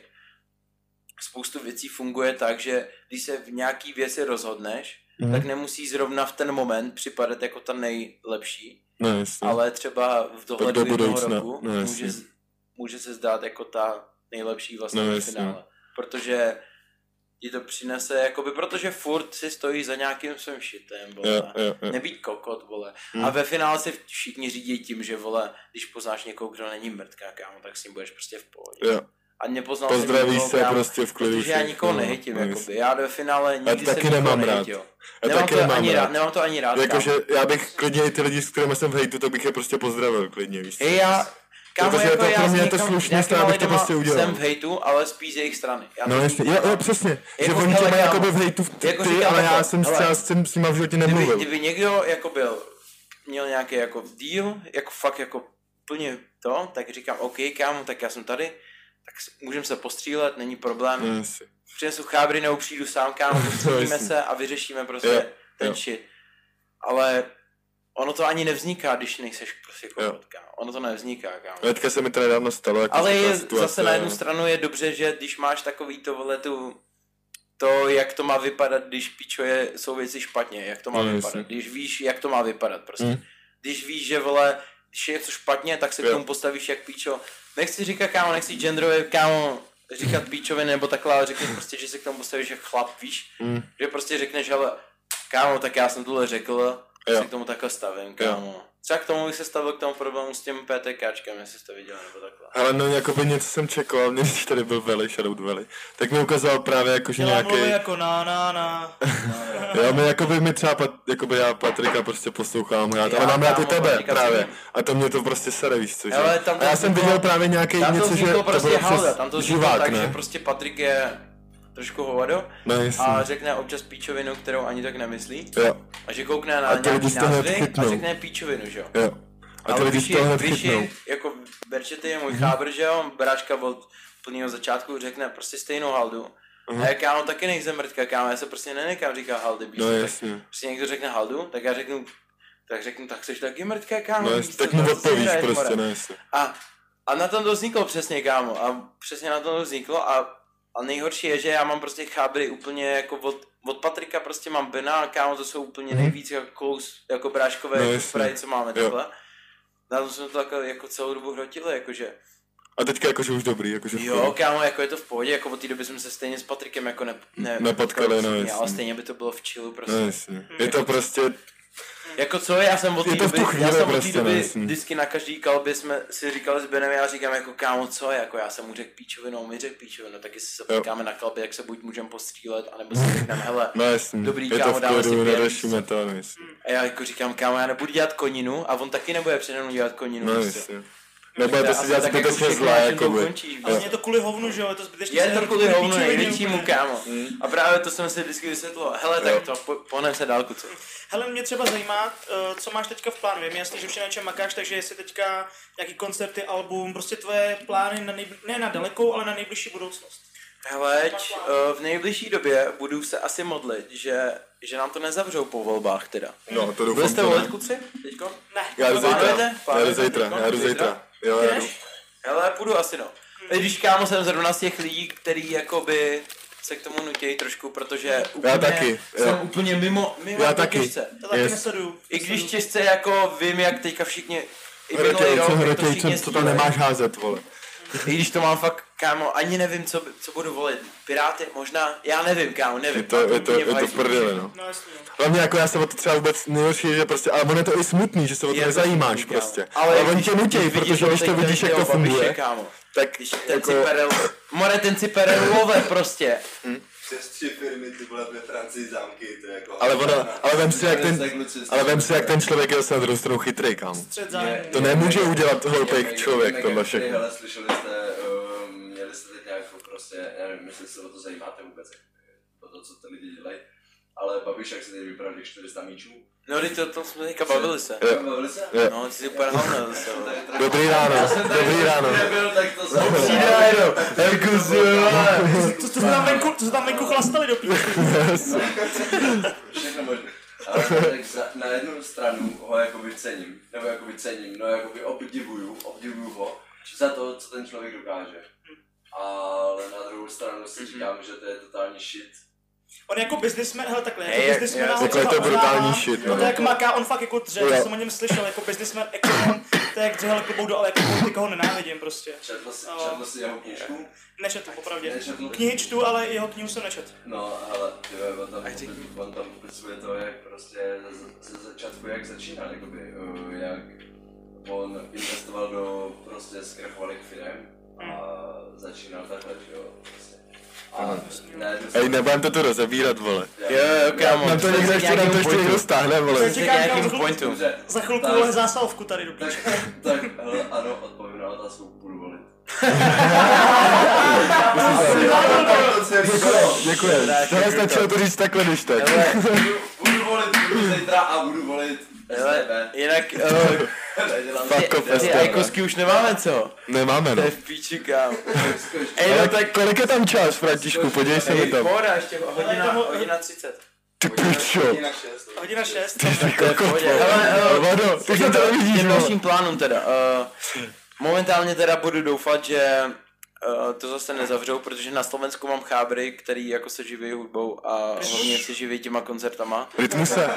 spoustu věcí funguje tak, že když se v nějaký věci rozhodneš, mm. tak nemusí zrovna v ten moment připadat jako ta nejlepší, no, jasně. ale třeba v dohledu do jednoho budoucna. roku No, může, může se zdát jako ta nejlepší vlastně no, v finále. Protože ti to přinese, jakoby, protože furt si stojí za nějakým svým shitem, vole. Jo, jo, jo. Nebýt kokot, vole. Hmm. A ve finále si všichni řídí tím, že, vole, když poznáš někoho, kdo není mrtka, kámo, tak s ním budeš prostě v pohodě. Jo. A nepoznal Pozdravíš nikoho, se kámo, prostě v klidu. protože já nikoho no, nehytím, no, jakoby. Já do finále nikdy taky jsem nemám nikoho rád. nehytil. Já Nemám taky to nemám ani rád. rád, nemám to ani rád, Jakože kámo. já bych klidně i ty lidi, s kterými jsem v hejtu, to bych je prostě pozdravil klidně, víš co? Hej, já, kámo, Protože jako to já pro mě s je to někam- slušnost, nějakýma já bych to lidma prostě udělal. jsem v hejtu, ale spíš z jejich strany. Já No to jasně, vím, jo, kámo. jo, přesně, že Jako, oni tě hele, mají kámo, jakoby v hejtu v ty, jako ty říkám ale já takhle, jsem hele, třeba s tím s nima v životě Kdyby, nemluvil. kdyby někdo jako byl, měl nějaký jako deal, jako fakt jako plně to, tak říkám, OK, kámo, tak já jsem tady, tak s- můžeme se postřílet, není problém. No, jasně. Přinesu chábry nebo přijdu sám, kámo, postřílíme jasně. se a vyřešíme prostě Jo, ten jo. shit. Ale ono to ani nevzniká, když nejseš prostě Jo. kokot, kámo. Ono to nevzniká, kámo. No, teďka se mi to nedávno stalo. Jako Ale taková je, situace, zase na jednu no. stranu je dobře, že když máš takový to, vole, tu, to, jak to má vypadat, když píčoje jsou věci špatně, jak to má No, vypadat, jasně. když víš, jak to má vypadat, prostě. Mm. Když víš, že, vole, když je něco špatně, tak se k Jo. tomu postavíš jak píčo. Nechci říkat, kámo, nechci genderově, kámo, říkat píčovi nebo takhle, ale řekni prostě, že se k tomu postavíš jak chlap, víš? Mm. Že prostě řekneš, ale kámo, tak já jsem tohle řekl, Jo. se k tomu takhle stavím, kámo. Třeba k tomu bych se stavil k tomu problému s tím PTKčkem, jestli jste viděli, nebo takhle. Ale no, jakoby něco jsem čekal, mě když tady byl Veli, Shoutout Veli, tak mi ukázal právě jako, že Dělám nějaký... mluvy jako na, na, na. Jo, my jakoby my třeba, pat, jakoby já Patrika prostě poslouchám rád, Já, ale mám rád i kámo, tebe Patrika právě. jsem- A to mě to prostě sere, víš co, že? Ale tam to A já jsem vzniklo- viděl právě nějaký Tam to něco, že vzniklo to prostě bylo halda, přes tam to vzniklo živák, tak, ne? že prostě Patrik je trošku hovado No jasně. a řekne občas píčovinu, kterou ani tak nemyslí. Jo, A že koukne na A ty lidi nějaký z toho hned názvy a chytnou. řekne píčovinu, že jo. jo. A ty Ale lidi z toho hned Vyši, chytnou. jako Berčety je můj chábr, že jo, bráška od plného začátku řekne prostě stejnou haldu. Aha. A já kámo taky nejsem mrtka, kámo, já se prostě nenechám říkat haldy, víš No co, tak jasně. prostě někdo řekne haldu, tak já řeknu, tak řeknu, tak jsi taky mrtka, kámo. No víš jasně, co, tak mu to odpovíš hraješ, prostě, more. no jasně. A, a na tom to vzniklo přesně, kámo, a přesně na tom to vzniklo a, a nejhorší je, že já mám prostě chábry úplně jako od, od Patrika prostě mám Bena a kámo, to jsou úplně Mhm. nejvíc jako close, jako bráškové, No jako jasně. sprite, co máme Jo. takhle. Na tom jsme to jako, jako celou dobu hrotili, jakože. A teďka jakože už dobrý, jakože v Jo, pohodě. kámo, jako je to v pohodě, jako od té doby jsme se stejně s Patrikem jako ne, ne Nepotkali, no ale jasně. stejně by to bylo v chillu prostě. No jasně. Je to prostě, Jako co, já jsem od té Je to v doby, tu chvíli já jsem od té prostě, no, doby jasně. vždycky na každý kalbě jsme si říkali s Benem, já říkám jako kámo co, jako já jsem mu řekl píčovinu, on mi řekl píčovinu, tak jestli se Jo. potkáme na kalbě, jak se buď můžeme postřílet, anebo si řekneme, hele, no jasně. Dobrý, je to kámo, v dáme si klidu, pět, neřešíme to, no jasně. a já jako říkám kámo, já nebudu dělat koninu a on taky nebude přede mnou dělat koninu. No prostě. jasně. Nebo to A si dělat tak jako zbytečně všechno, zlé, na čem to jakoby. ukončíš, Ale víš? je to kvůli hovnu, že jo, je to zbytečně. Je to kvůli hovnu píčovinu. největšímu, kámo. A právě to jsem si vždycky vysvětloval. Hele, tak to, po, pohneme se dál, kuco. Hele, mě třeba zajímá, uh, co máš teďka v plánu. Vím jasně, že už na čem makáš, takže jestli teďka nějaký koncerty, album, prostě tvoje plány na nejbl- ne na dalekou, ale na nejbližší budoucnost. Hele, č, uh, v nejbližší době budu se asi modlit, že, že nám to nezavřou po volbách teda. No, to Byli doufám, jste že volit, ne. kluci? Teďko? Ne. Já jdu Plánujete? zítra, já jdu Plánujete zítra, teďko? já jdu zítra. Jo, já jdu. Jdeš? Hele, půjdu asi no. I když kámo jsem zrovna z těch lidí, který jakoby se k tomu nutějí trošku, protože úplně taky, jsem jo. úplně mimo, mimo Já to taky. těžce. To taky Yes. nesleduju. I když těžce jako vím, jak teďka všichni, i minulý Hrotěj, co rok, jak to hrotěj, všichni co, co to sdílejí. nemáš házet, vole. I když to mám fakt, kámo, ani nevím, co, co budu volit. Piráty, možná, já nevím, kámo, nevím. Je to, Mám je to, úplně je to v hajzlu. prdeli, no. No jasně. no. Hlavně jako já se o to třeba vůbec nejhorší, že prostě, ale ono je to i smutný, že se o to Je to nezajímáš smutný, kámo. prostě. Ale Ale oni když- tě nutějí, když protože když to teď vidíš, jak to každého Babiše, funguje, kámo. tak Když ten jako... ciperel, more ten ciperel love prostě. Přes tři firmy, ty vole, ve Francii zámky, to je jako... Ale ono, ale vem si, jak ten, Tak kluci, ale vem si, jak ten člověk je zase na druhou stranu chytrý, kámo. Střed zájmu. To nemůže udělat hloupej Jak- člověk, jak- tohle jak- všechno. Hele, slyšeli jste, uh, měli jste teď nějakou prostě, já nevím, jestli se o to zajímáte vůbec, o to, co ty lidi dělají, ale Babiš, jak se teď vypadá těch čtyři sta míčů. No, teď to, to jsme teďka bavili se. Bavili se? No, ty jsi úplně halnal zase. Dobrý ráno, dobrý ráno. Nebyl, tak to jsem... Přijde, Herkus, Co jste tam venku, co jste tam venku chlastali do píči? Všechno možné. Ale tak za, na jednu stranu ho jakoby cením, nebo jakoby cením, no jakoby obdivuju, obdivuju ho za to, co ten člověk dokáže. Ale na druhou stranu si říkám, že to je totální shit. On jako businessman, hele takhle, jako Hey, businessman, jak- takhle je to brutální shit, no. no. To jak maká, on fakt jako dře, Jo. já jsem o něm slyšel, jako businessman, ekonom, to je jak dřehal klubou do, ale jako politika ho nenávidím prostě. Četl jsi, No. četl jsi jeho knížku? Nečetl, popravdě. Nečetl? Knihy čtu, ale jeho knihu jsem nečetl. No, ale tyhle, on tam, on tam popisuje to, jak prostě ze, ze začátku, jak začínal, jakoby, uh, jak on investoval do prostě zkrachovalých firem a začínal takhle, že jo, prostě. A na jednu Ej, stranu- nebudem to tu rozebírat, vole. Jo, jo, kámo. Nám to někdo ještě, nám to ještě někdo stáhne, vole. Čekám, Čekám nějakým za chvilku- pointu. Dobře, Za chvilku Tak. vole zásavku tady do píči. tak, tak, hele, ano, odpovím na otázku, budu volit. To celý kolo. Děkuji. Tohle stačilo to říct takhle, když tak. Budu, budu volit, budu zítra a budu volit S Hele, T B. jinak, uh, Nedělám Fuck si- off, ty S T B. ajkosky už nemáme, co? Nemáme, To no. je v píči, kámo. Zkoušky. Ej, Ale no tak, kolik je tam čas, Františku, podívej se mi ej, tam. pohoda, ještě hodina, Ale to mo- hodina třicet. Ty pičo. Hodina šest. Hodina šest. To je v pohodě. Hele, uh, Vado, ty se to vidíš, těm vole. dalším plánům teda. Uh, momentálně teda budu doufat, že uh, to zase nezavřou, protože na Slovensku mám chábry, který jako se živí hudbou a hlavně se živí těma koncertama. Rytmuse.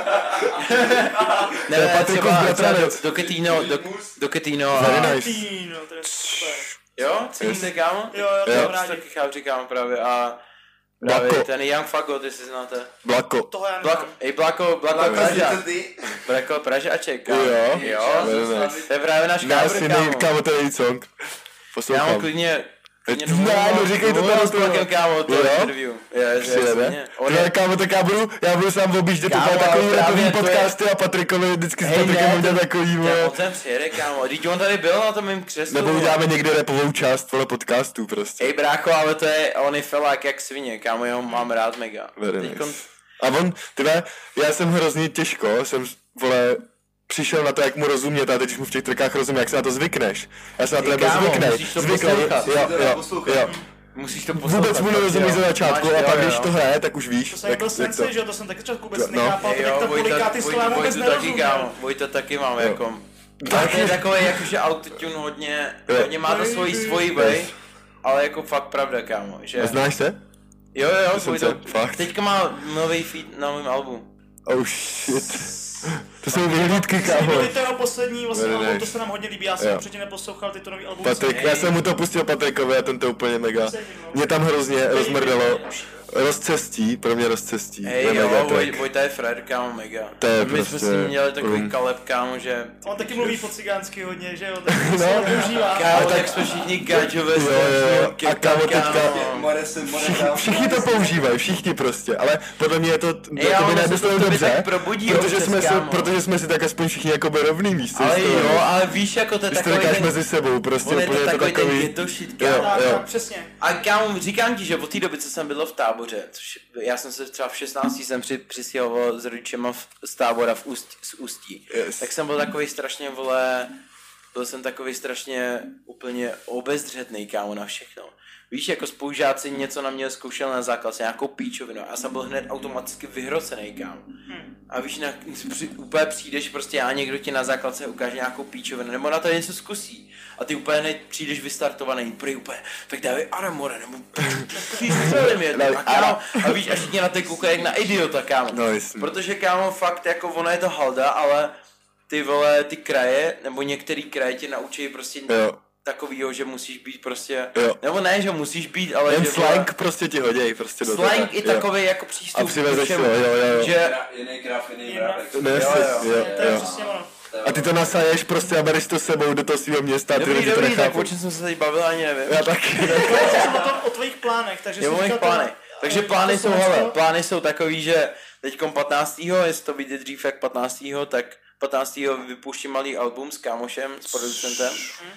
Ne, je ne, Patrikův třeba, třeba do, bratranec. do Ketino, do, do Ketino a... Very nice. Týno, to je super. Jo? Ceníte, kámo? Jo, jo, to Jo. mám To rádi. taky chábři, kámo, právě a... Právě Blako. ten Young Fagot, jestli znáte. Blako. Toho já Blako, neznám. ej, Blako, Blako, Blako, Pražák. jsi ty? Blako, Pražáček, kámo. Jo. Jo, Very nice. to je právě náš Nás chábr, si nej, kámo. kámo, to je její song. Kámo, Poslouchám. klidně... klidně Ne, domluvil- no říkej to domluvil tady, s Blakem, to- kámo, to Jo? interview. Je, je, Přijede. jasně. On Ne, je... kámo, tak já budu, já budu sám objíždět Kámo, úplně takový ale právě rapový to je- podcasty a Patrikovi vždycky s Hej, Patrikem ne, udělat to- takový, Já, vole. on sem přijede, kámo. Teď on tady byl na tom mým křeslu. Nebo uděláme někde rapovou část, vole, podcastů prostě. Ej, brácho, ale to je, on je felák jak svině, kámo, já ho mám rád mega. Very Teďkon- nice. A on, tyhle, já jsem hrozně těžko, jsem, vole, přišel na to, jak mu rozumět a teď už mu v těch trikách rozumím, jak se na to zvykneš. Já se na to Ej, nebo kámo, zvykneš. musíš to Zvykne, poslouchat. jo, Musíš to jo, poslouchat. jo. Musíš to poslouchat. Vůbec mu nerozumí jo. za začátku Máš- a jo, pak jo, když jo. to hraje, tak už víš. To jsem byl jak- jak Sensei, že jo, to jsem taky začátku vůbec No. nechápal, Ej, jak jo, ta Vojta, poliká ty slova Vojta, vůbec Vojtu taky, nerozuměl. kámo. Vojta taky mám, jako. Ale to je takový, jakože autotune hodně, Jo. hodně má to svoji, svoji way, ale jako fakt pravda, kámo, že... A znáš se? Jo, jo, jo, jsem Vojta, se- fakt. teďka má nový feat na mém albu. Oh shit. To jsou vyhlídky, kámo. Byli to jeho poslední vlastně Very album, nice. to se nám hodně líbí, já jsem Jo. ho předtím neposlouchal, ty to nový album. Patrik, jsem- já jsem mu to pustil Patrikovi a ten to úplně mega. Mě tam hrozně rozmrdalo. Rozcestí, pro mě rozcestí. Hej, To je jo, mega Voj, track. Vojta je Fred, kámo, mega. To je My jsme prostě s ním měli takový rum. kaleb, kámo, že... On taky mluví po cigánsky hodně, že jo, tak No. se to používá. Kámo, tak jsme všichni gačové Jo, jo, jo. A kámo, teďka- More se, more Všichni, tam. všichni to používají, všichni prostě, ale podle mě je to Ej, jako ale by ono se nemyslel to tobě dobře, tak probudí protože občas, jsme, si, kámo. protože jsme si tak aspoň všichni jako rovný místo. Ale jo, ale víš, jako to je Když to takový říkáš ten... mezi sebou, prostě On je úplně to je to takový ten takový... ghetto shit, Jo, kámo. Tak, jo. tak, přesně. A kámo, říkám ti, že od té doby, co jsem bydlel v táboře, což já jsem se třeba v šestnácti jsem při, přistěhoval s rodičema v, z tábora v Ústí, z Ústí, Yes. tak jsem byl takový strašně, vole, byl jsem takový strašně úplně obezřetný, kámo, na všechno. Víš, jako spolužáci něco na mě zkoušel na základce, nějakou píčovinu, já jsem byl hned automaticky vyhrocený, kámo. A víš, na, při, úplně přijdeš prostě a někdo ti na základce ukáže nějakou píčovinu, nebo na to něco zkusí. A ty úplně hned přijdeš vystartovaný, prý úplně, tak dávej Aramore, nebo přistřelím je, a, kámo, a víš, až tě na ty koukají jak na idiota, kámo. No, jasně. Protože, kámo, fakt, jako ono je to halda, ale ty vole, ty kraje, nebo některý kraje tě naučí prostě Jo. takovýho, že musíš být prostě, Jo. nebo ne, že musíš být, ale Jen že slang prostě ti hoděj prostě do slang toho. i Jo. takový jako přístup A přivezeš k všemu, to, jo, jo, jo. že Jiný kráv, jiný Jiná- mrávek. Ne, Jo, jo, jo. jo, To je jo. přesně ono. A ty to nasaješ prostě a bereš to s sebou do toho svého města a ty dobrý, lidi to dobrý, tak nechápou. o čem jsem se tady bavil, ani nevím. Já taky. Já jsem o, tom, o tvojich plánech, takže Je o jsi mých říkal to- plánech. Takže to plány jsou, Slovensko. hele, plány jsou takový, že teďkom patnáctého jestli to vyjde dřív jak patnáctého tak patnáctého vypouštím malý album s kámošem, s producentem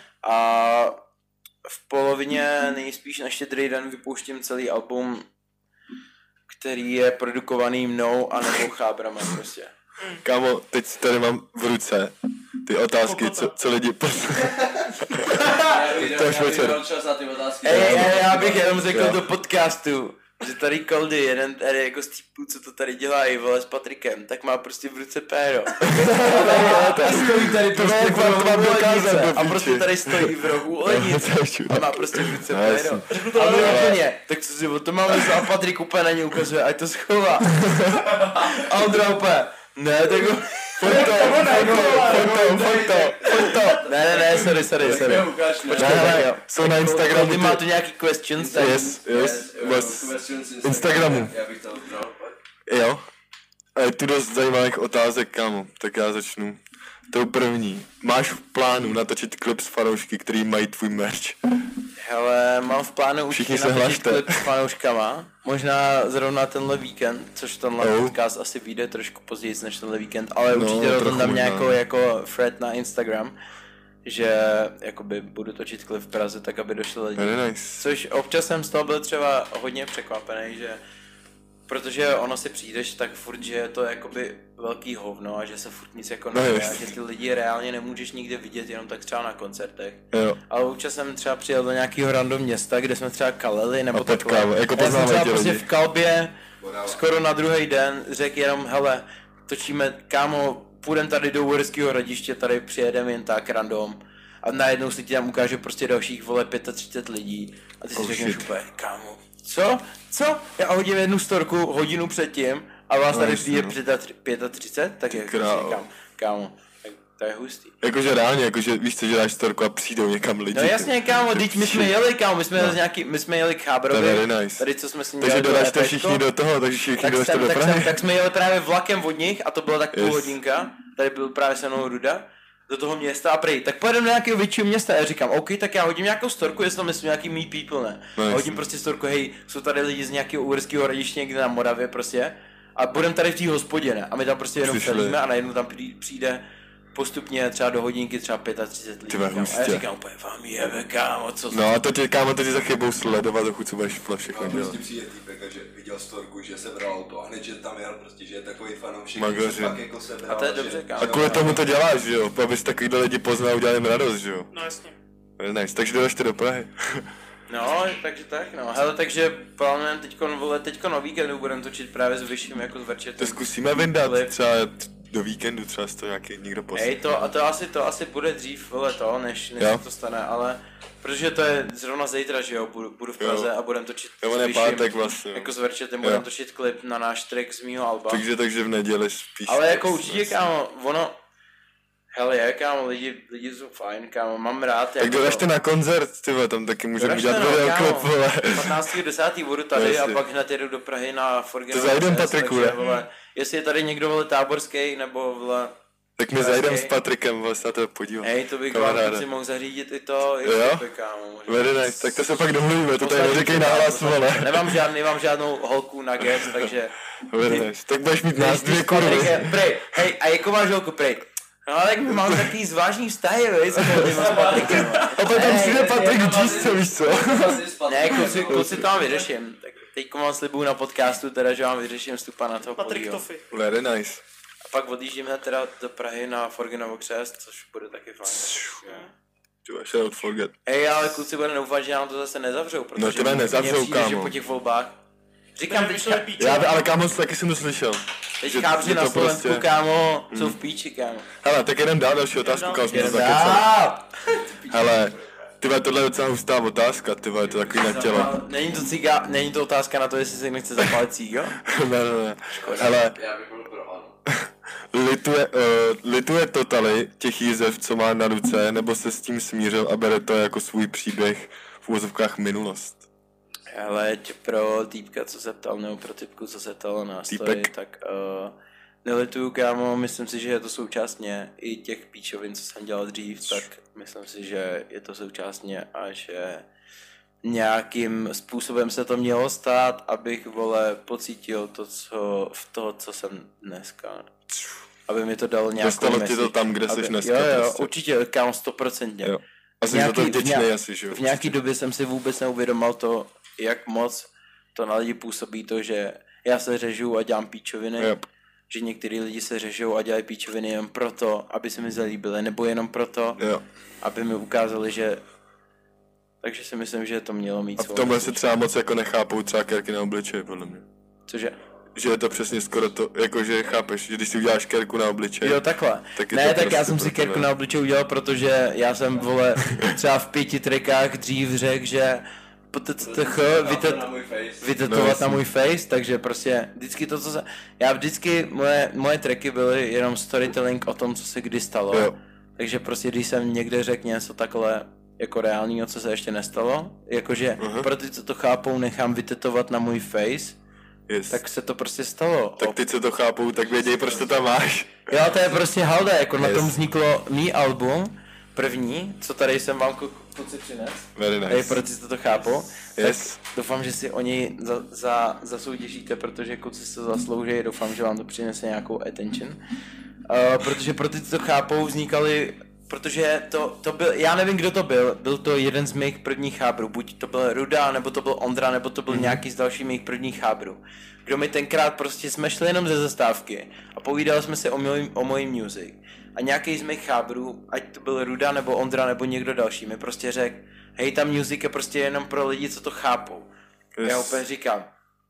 a v polovině nejspíš na Štědrý den vypouštím celý album, který je produkovaný mnou a nebo chábrama prostě. Kámo, teď tady mám v ruce ty otázky, co, co lidi... To je švečer. Čas na ty otázky. Ej, ej, já bych jenom řekl do podcastu, že tady Koldy, jeden tady jako z týpů, co to tady dělají, vole, s Patrikem, tak má prostě v ruce péro. A stojí tady prostě v rohu lednice. A prostě tady stojí v rohu lednice. A má prostě v ruce péro. A my úplně, tak co si o to máme myslet? A Patrik úplně na ně ukazuje, ať to schová. A Ondra úplně, ne, tak pojď to, pojď to, pojď to, pojď to. Ne, ne, ne, sorry, sorry, sorry. Počkej, jo. Jsou na Instagramu. Ty má tu nějaký questions? Yes, yes, yes. Instagramu. Já bych to bral. Jo. A je tu dost zajímavých otázek, kámo. Tak já začnu. Tou první. Máš v plánu natočit klip s fanoušky, který mají tvůj merch? Hele, mám v plánu už Všichni se natočit hlašte. klip s fanouškama. Možná zrovna tenhle víkend, což tenhle No. podcast asi vyjde trošku později než tenhle víkend, ale No, určitě to trochu tam dám možná. nějakou jako thread na Instagram, že jakoby budu točit klip v Praze, tak aby došli lidi. Very nice. Což občas jsem z toho byl třeba hodně překvapený, že protože ono si přijdeš tak furt, že je to jakoby velký hovno a že se furt nic jako No neděje jest. a že ty lidi reálně nemůžeš nikde vidět, jenom tak třeba na koncertech. Jo. Ale občas jsem třeba přijel do nějakého random města, kde jsme třeba kaleli nebo A takhle. potkával, jako A já jsem poznávají třeba ti prostě lidi. v Kalbě skoro na druhý den řekl jenom, hele, točíme, kámo, půjdem tady do Uherského Hradiště, tady přijedeme jen tak random. A najednou si ti tam ukáže prostě dalších, vole, třicet pět lidí. A ty si Oh, řekneš shit. úplně, kámo, co? Co? Já hodím jednu storku hodinu předtím a vás No, tady jasně, přijde no. třicet pět, tak jak krávo. říkám, kámo, tak to je hustý. Jakože reálně, jakože víš co, že dáš storku a přijdou někam lidi. No jasně, kámo, teď my jsme jeli, kámo, my jsme jeli, z nějaký, my jsme jeli k To je Chábrovi, very nice. tady co jsme si Takže dělali to dodačte EPčko. všichni do toho, takže všichni tak, dodačte jsem, do tak, Prahy. jsem, tak jsme jeli právě vlakem od nich a to byla tak půl Yes. hodinka, tady byl právě se mnou Ruda, do toho města a prej, tak pojedeme do nějakého většího města a já říkám, OK, tak já hodím nějakou storku, jestli tam myslím nějaký meet people, ne? No, a jasně. hodím prostě storku, hej, jsou tady lidi z nějakého Uherského Hradiště někde na Moravě prostě a budeme tady v té hospodě, ne? A my tam prostě jenom Přišli. felíme a najednou tam při- přijde postupně třeba do hodinky třeba třicet pět lidí. Ty vole, kámo. A já hustě. říkám úplně, vám jebe, kámo, co No a to tě, kámo, to tě za chybou sledovat, dokud co budeš vle všechno A dělat. prostě přijde týpek a že viděl storku, že sebral auto a hned, že tam jel prostě, že je takový fanoušek, Magařin. že fakt jako sebral. A to je že- dobře, kámo. A kvůli tomu to děláš, že jo? Abys takovýhle lidi poznal a udělal jim radost, že jo? No jasně. Very nice, takže dodačte do Prahy. No, takže tak, no. Hele, takže plánujeme teďko, vole, teďko na víkendu budeme točit právě s Vyšším jako s To Verčetem. zkusíme vyndat Klip. třeba t- do víkendu, třeba si to nějaký někdo poslal. Hej, to, a to asi, to asi bude dřív, vole, to, než, než Jo. se to stane, ale protože to je zrovna zítra, že jo, budu, budu v Praze Jo. a budeme točit Jo, on s je Vyšším, pátek vlastně. jako s Verčetem Jo. budeme točit klip na náš track z mýho alba. Takže, takže v neděli spíš. Ale jako určitě, kámo, ono, hele je, kámo, lidi, lidi jsou fajn, kámo, mám rád. Tak jako dodažte na koncert, ty vole, tam taky můžeme Doražte, udělat no, videoklip, kámo. vole. patnáctého desátého budu tady Jasně. a pak hned jedu do Prahy na Forget. To zajdem, Patriku, takže, ne? vole, jestli je tady někdo, vole, táborský, nebo, vole, Tak my zajdem s Patrikem, vole, se na to podívat. hej, to bych vám Kamaráde. si mohl zařídit i to, i Jo? to, kámo. možná. Very nice, tak to se pak domluvíme, to tady Poslední neříkej třeba, nahlas, poslední. vole. Nemám žádný, nemám žádnou holku na guest, takže... Very nice, tak budeš mít nás Ty dvě s Patrikem- kurvy. Prej, hej, a jakou máš holku, prej? No tak my máme takový zvláštní vztahy, víš, s Patrikem. A pak tam přijde Patrik G's, co víš co? Ne, kluci, kluci to vám vyřeším. Tak teďko mám slibu na podcastu, teda, že vám vyřeším vstupa na toho Patrik podíl. Toffy. Very nice. A pak odjíždíme teda do Prahy na Forginovo křest, což bude taky fajn. Ty vole, shout forget. Ej, ale kluci bude doufat, že nám to zase nezavřou, protože No, tebe mně nezavřou, přijde, že kámo. po těch volbách. Říkám, Tady teďka, vyšel píčo. Já, ale kámo, taky jsem to slyšel. teď že- chápři že na to Slovensku, prostě- kámo, jsou v píči, kámo. Hele, tak jdem dál, další otázku, dál. kam jsme to Jdem zakecali. dál. Hele, ty vole, tohle je docela hustá otázka, ty vole, je to takový na tělo. Není to ciga, není to otázka na to, jestli si nechce zapálit cígo? ne, ne, ne. Hele, Já bych byl pro ano. lituje, uh, lituje totally těch jízev, co má na ruce, nebo se s tím smířil a bere to jako svůj příběh v úvozovkách minulost. Ale pro týpka, co se ptal, nebo pro typku, co se ptal na story, Týpek. tak uh, nelituju, kámo, myslím si, že je to součást mě, i těch píčovin, co jsem dělal dřív, tak myslím si, že je to součást mě a že nějakým způsobem se to mělo stát, abych, vole, pocítil to, co, v to, co jsem dneska. Aby mi to dalo nějakou Dostalo ti to message. tam, kde aby, seš dneska. Jo, jo, prostě. určitě, kámo, stoprocentně. Jo. A jsi za to Nějaký- v vděčný nějak- asi, že jo? V nějaký době jsem si vůbec neuvědomal to, jak moc to na lidi působí to, že já se řežu a dělám píčoviny, Yep. že některý lidi se řežou a dělají píčoviny jen proto, aby se mi zalíbili, nebo jenom proto, Jo. aby mi ukázali, že... Takže si myslím, že to mělo mít A v tomhle se třeba moc jako nechápou třeba kérky na obličeji, podle mě. Cože? Že je to přesně skoro to, jakože chápeš, že když si uděláš kérku na obličej. Jo, takhle. Tak je ne, to tak prostě já jsem si pro kérku tebe. na obličej udělal, protože já jsem, vole, třeba v pěti trackách dřív řekl, že pttch vytet, na můj face. vytetovat No, na můj face, takže prostě vždycky to, co se... Já vždycky, moje, moje tracky byly jenom storytelling o tom, co se kdy stalo. Jo. Takže prostě, když jsem někde řekl něco takhle jako reálního, co se ještě nestalo, jakože Aha. pro ty, co to chápou, nechám vytetovat na můj face, Yes. tak se to prostě stalo. tak ty, co to chápou, tak vědějí, proč to tam máš. Jo, to je prostě halda, jako na Yes. tom vzniklo mý album, první, co tady jsem vám ku- kluci přines. Very Tady nice. pro ty, co to chápou. Yes. Tak doufám, že si oni za, za, zasoutěžíte, protože kluci se to zaslouží, doufám, že vám to přinese nějakou attention. Uh, protože pro ty, co to chápou, vznikaly, protože to, to byl, já nevím, kdo to byl, byl to jeden z mých prvních chábrů, buď to byl Ruda, nebo to byl Ondra, nebo to byl mm-hmm. nějaký z dalších mých prvních chábrů. Kdo mi tenkrát prostě, jsme šli jenom ze zastávky a povídali jsme si o, můj, o mojí music. A nějaký z mých chábrů, ať to byl Ruda, nebo Ondra, nebo někdo další, mi prostě řekl, hej, ta music je prostě jenom pro lidi, co to chápou. Yes. Já úplně říkám,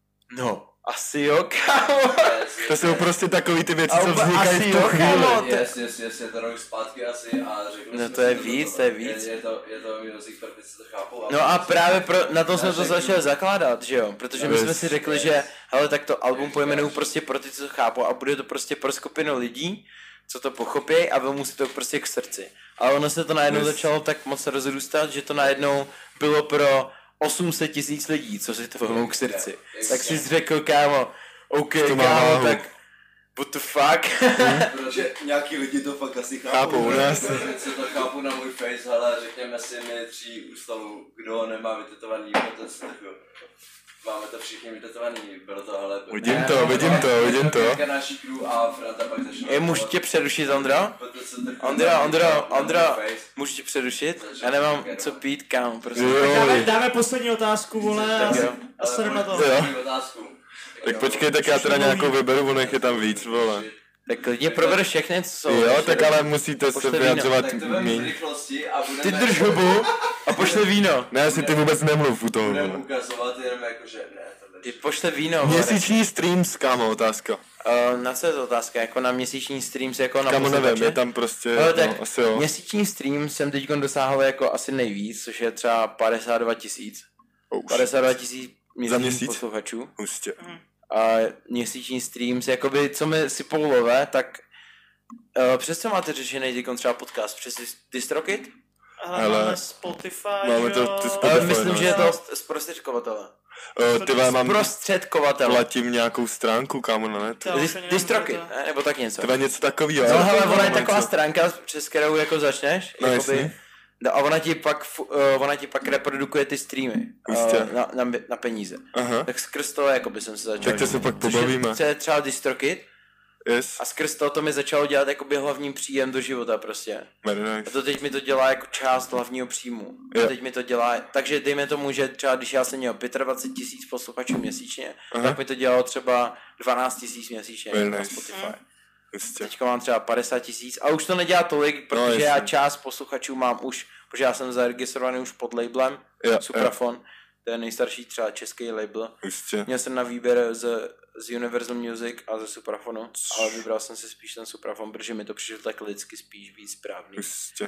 no, asi jo, kámo. To jsou prostě takový ty věci, A co úplně vznikají asi v tu jo, chvíli. kámo. to- Yes, yes, yes, je to rok zpátky asi a řekl No jsem to si, je že víc, to je víc. Je, je to, je to music pro ty, co to chápou. No a právě pro, na tom jsme Já to řeknu- začali zakládat, že jo? Protože my Yes. jsme si řekli, že hele, tak to album pojmenuju prostě pro ty, co to chápou a bude to prostě pro skupinu lidí, co to pochopí a vezmu si to prostě k srdci. Ale ono se to najednou Yes. začalo tak moc rozrůstat, že to najednou bylo pro osm set tisíc lidí, co si to vezmou k srdci. Yes. Tak si řekl, kámo, OK, To má kámo, váhu. tak what the fuck? Že nějaký lidi to fakt asi chápou. Chápou, u nás. Co to chápu na můj face, ale řekněme si my tří u stolu, kdo nemá vytetovaný potec, tak jo. Máme to všichni vytetovaný, bylo to hele... Vidím to, vidím to, vidím to. Teďka naší crew a Franta pak začal... Je, můžu tě přerušit, Ondro? Ondro, Ondra, Ondro, Ondro, můžu tě přerušit? Já nemám co pít, kámo, prostě. Jo. Dáme, dáme poslední otázku, vole, a, Tak jo. a se jdeme na to. Jo. Otázku. Tak počkej, tak já teda nějakou vyberu, ono jich je tam víc, vole. Tak klidně probereš všechny, co jsou. Jo, tak ale musíte se Pošle víno. vyjadřovat Tak to vem v míň. rychlosti a budeme... Ty drž hubu a pošle víno. Ne, asi ty vůbec nemluv u toho, Budeme vole. ukazovat jenom jako, že ne, to Ty pošle víno. vole. Měsíční streams, kámo, otázka. Uh, na co je to otázka? Jako na měsíční streams, jako na Kámo, nevím, posluchače? je tam prostě, Ale tak no, asi jo. měsíční stream jsem teď dosáhl jako asi nejvíc, což je třeba padesát dva tisíc. Oh, padesát dva tisíc měsíčních měsíc? posluchačů. Hustě. A měsíční streams, jakoby, co mi si polové, tak uh, přes co máte řešený teď třeba podcast? Přes Dis- DistroKid? Ale Hele, máme Spotify, máme to- jo. ty Ale Spotify, myslím, no. že je to zprostředkovatele. Uh, ty vole, mám, Prostředkovatele. platím nějakou stránku, kámo, na netu. To už Dis- ani nevím, DistroKid, co to je. ne? Nebo tak něco. Ty vole, něco takovýho. No ale- hele, ona je no, taková něco. stránka, přes kterou jako začneš, No, jakoby, jasně. no, a ona ti pak, fu- uh, ona ti pak reprodukuje ty streamy Jistě. uh, na, na, na peníze. Aha, Tak skrz toho jakoby jsem se začal. tak to se pak Což je- pobavíme. Co je třeba DistroKid Yes, a skrz toho to mi začalo dělat jakoby hlavní příjem do života prostě. very A nice. to teď mi to dělá jako část hlavního příjmu. A Jo. teď mi to dělá, takže dejme tomu, že třeba když já jsem měl dvacet pět tisíc posluchačů měsíčně, Aha. tak mi to dělalo třeba dvanáct tisíc měsíčně Very na nice. Spotify. Jistě. Teďka mám třeba padesát tisíc a už to nedělá tolik, protože jasně. já část posluchačů mám už, protože já jsem zaregistrovaný už pod labelem Jo, Suprafon, to je nejstarší třeba český label. Jistě. Měl jsem na výběr z, z Universal Music a ze Suprafonu, ale vybral jsem si spíš ten Suprafon, protože mi to přišlo tak lidsky spíš víc správný. Jistě.